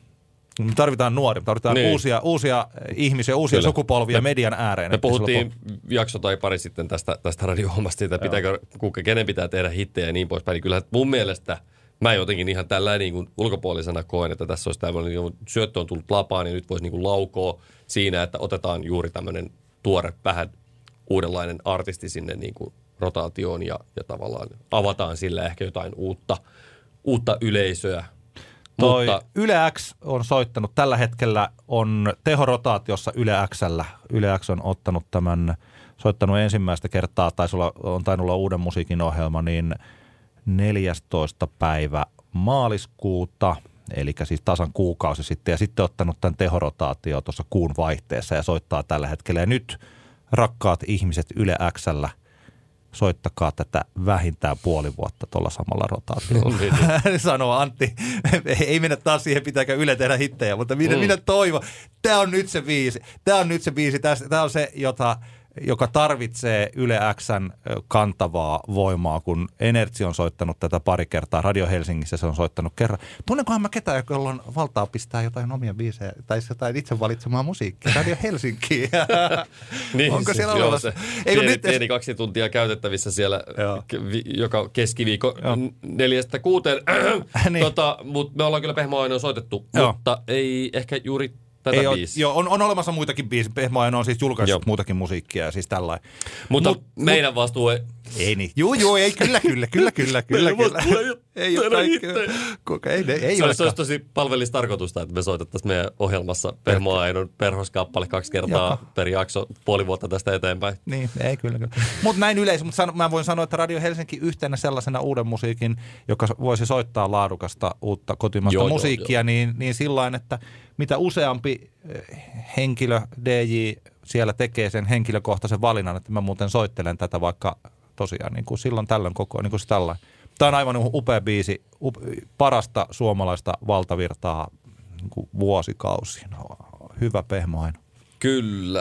B: me tarvitaan nuoria, me tarvitaan niin. uusia, uusia ihmisiä, uusia Kyllä. sukupolvia me, median ääreen.
C: Me puhuttiin on jakso tai pari sitten tästä, tästä radiohommasta, että pitääkö, kuka, kenen pitää tehdä hittejä ja niin poispäin. Niin kyllähän mun mielestä mä jotenkin ihan tällä niin kuin ulkopuolisena koen, että tässä olisi tämmöinen niin syöttö on tullut lapaan, niin nyt voisi niin kuin laukoa siinä, että otetaan juuri tämmöinen tuore, vähän uudenlainen artisti sinne niin kuin rotaatioon ja, ja tavallaan avataan sillä ehkä jotain uutta, uutta yleisöä.
B: Toi
C: Mutta
B: Yle X on soittanut, tällä hetkellä on tehorotaatiossa Yle X:llä. Yle X on ottanut tämän, soittanut ensimmäistä kertaa, taisi olla, on tainnut olla uuden musiikin ohjelma, niin neljästoista päivä maaliskuuta, eli siis tasan kuukausi sitten, ja sitten ottanut tämän tehorotaatio tuossa kuun vaihteessa ja soittaa tällä hetkellä. Ja nyt, rakkaat ihmiset Yle X:llä, soittakaa tätä vähintään puoli vuotta tuolla samalla rotaatiolla. Sanoo Antti, ei mennä taas siihen, pitääkö Yle tehdä hittejä, mutta minä, mm. minä toivon, tämä on nyt se biisi, tämä on nyt se biisi, tämä on se, jota joka tarvitsee Yle X:n kantavaa voimaa, kun Energy on soittanut tätä pari kertaa. Radio Helsingissä se on soittanut kerran. Tunnenkohan mä ketään, jolla on valtaa pistää jotain omia biisejä tai jotain itse valitsemaa musiikkia. Radio Helsinki.
C: niin,
B: onko siellä
C: joo,
B: olemassa?
C: Se
B: Ei,
C: pieni,
B: nyt,
C: pieni kaksi tuntia käytettävissä siellä vi, joka keskiviikko neljästä kuuteen. niin. tota, Mutta me ollaan kyllä Pehmo Aino soitettu, joo. mutta ei ehkä juuri tätä
B: ei
C: biisiä.
B: Ole, joo, on, on olemassa muitakin biisejä. Pehmo Aino on siis julkaissut muutakin musiikkia ja siis tällainen.
C: Mutta
B: Mut,
C: meidän
B: mut,
C: vastuu ei.
B: Ei niin. Juu, juu, ei, kyllä, kyllä, kyllä, kyllä, kyllä. kyllä. Ei ole kaikkea. Ei, ei, ei
C: se, olisi, se olisi tosi palvelisi tarkoitusta, että me soitettaisiin meidän ohjelmassa Pehmo Ainon perhoskappale kaksi kertaa Joko. per jakso, puoli vuotta tästä eteenpäin.
B: Niin, ei kyllä. kyllä. Mutta näin yleensä, mutta mä voin sanoa, että Radio Helsinki yhtenä sellaisena uuden musiikin, joka voisi soittaa laadukasta uutta kotimaista joo, musiikkia, joo, jo. niin, niin sillain, että mitä useampi henkilö, D J siellä tekee sen henkilökohtaisen valinnan, että mä muuten soittelen tätä vaikka tosiaan niin kuin silloin tällöin koko niin kuin tällainen. Tämä on aivan upea biisi, up, parasta suomalaista valtavirtaa niin kuin vuosikausiin. Hyvä Pehmo Aino.
C: Kyllä.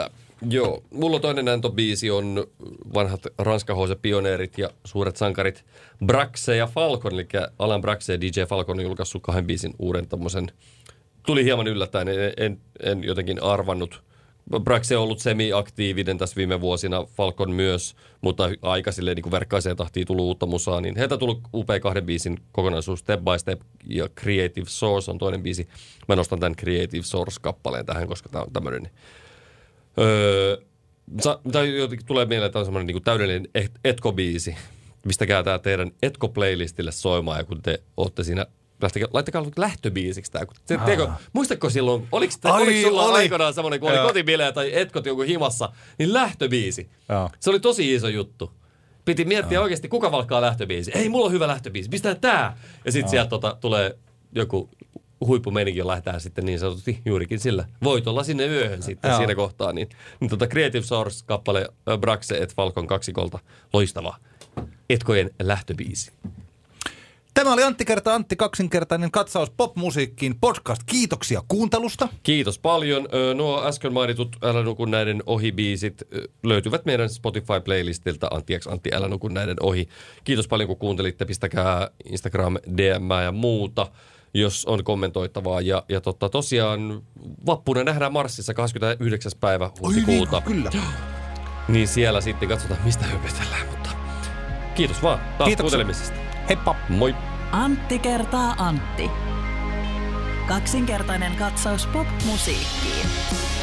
C: Joo, mulla toinen nääntobiisi on vanhat ranskahouset-pioneerit ja suuret sankarit Braxe ja Falcon, eli Alain Braxe ja D J Falcon on julkaissut kahden biisin uuden tommosen. Tuli hieman yllättäen, en, en, en jotenkin arvannut. Braxe on ollut semi-aktiivinen tässä viime vuosina, Falcon myös, mutta aika silleen niin kuin verkkaiseen tahtiin tullut uutta musaa, niin heiltä on tullut upea kahden biisin kokonaisuus, Step by Step ja Creative Source on toinen biisi. Mä nostan tämän Creative Source-kappaleen tähän, koska tää on tämmöinen. Öö, tai jotenkin tulee mieleen, että tämä on semmoinen niin kuin täydellinen et- etko-biisi. Pistäkää tää teidän etko-playlistille soimaan, ja kun te ootte siinä, lähtekää, laittakaa lähtöbiisiksi tää. Te, teekö, muistatko silloin, oliko, te,
B: Ai,
C: oliko sulla
B: oli.
C: aikanaan semmoinen, kun oli kotibileä tai etkot jonkun himassa, niin lähtöbiisi. Joo. Se oli tosi iso juttu. Piti miettiä Joo. oikeasti, kuka valkkaa lähtöbiisi. Ei, mulla on hyvä lähtöbiisi, pistää tää. Ja sitten sieltä tota, tulee joku huippumeininki, jo lähdetään sitten niin sanotusti juurikin sillä voitolla sinne yöhön sitten Joo. siinä kohtaa. Niin, niin tota Creative Source-kappale Braxe et Falcon kaksikolta. Loistava etkojen lähtöbiisi.
B: Tämä oli Antti kertaa Antti kaksinkertainen katsaus popmusiikkiin podcast. Kiitoksia kuuntelusta.
C: Kiitos paljon. Nuo äsken mainitut Älä nuku näiden ohi-biisit löytyvät meidän Spotify-playlistiltä Antti X Antti Älä nuku näiden ohi. Kiitos paljon kun kuuntelitte. Pistäkää Instagram D M ja muuta, jos on kommentoitavaa. Ja, ja totta, tosiaan vappuna nähdään Marssissa kahdeskymmenesyhdeksäs päivä huhtikuuta.
B: Oi, kyllä.
C: Niin siellä sitten katsotaan, mistä höpötellään. Mutta kiitos vaan taas Kiitoksia. Kuuntelemisesta.
B: Heippa.
C: Moi.
A: Antti kertaa Antti. Kaksinkertainen katsaus pop-musiikkiin.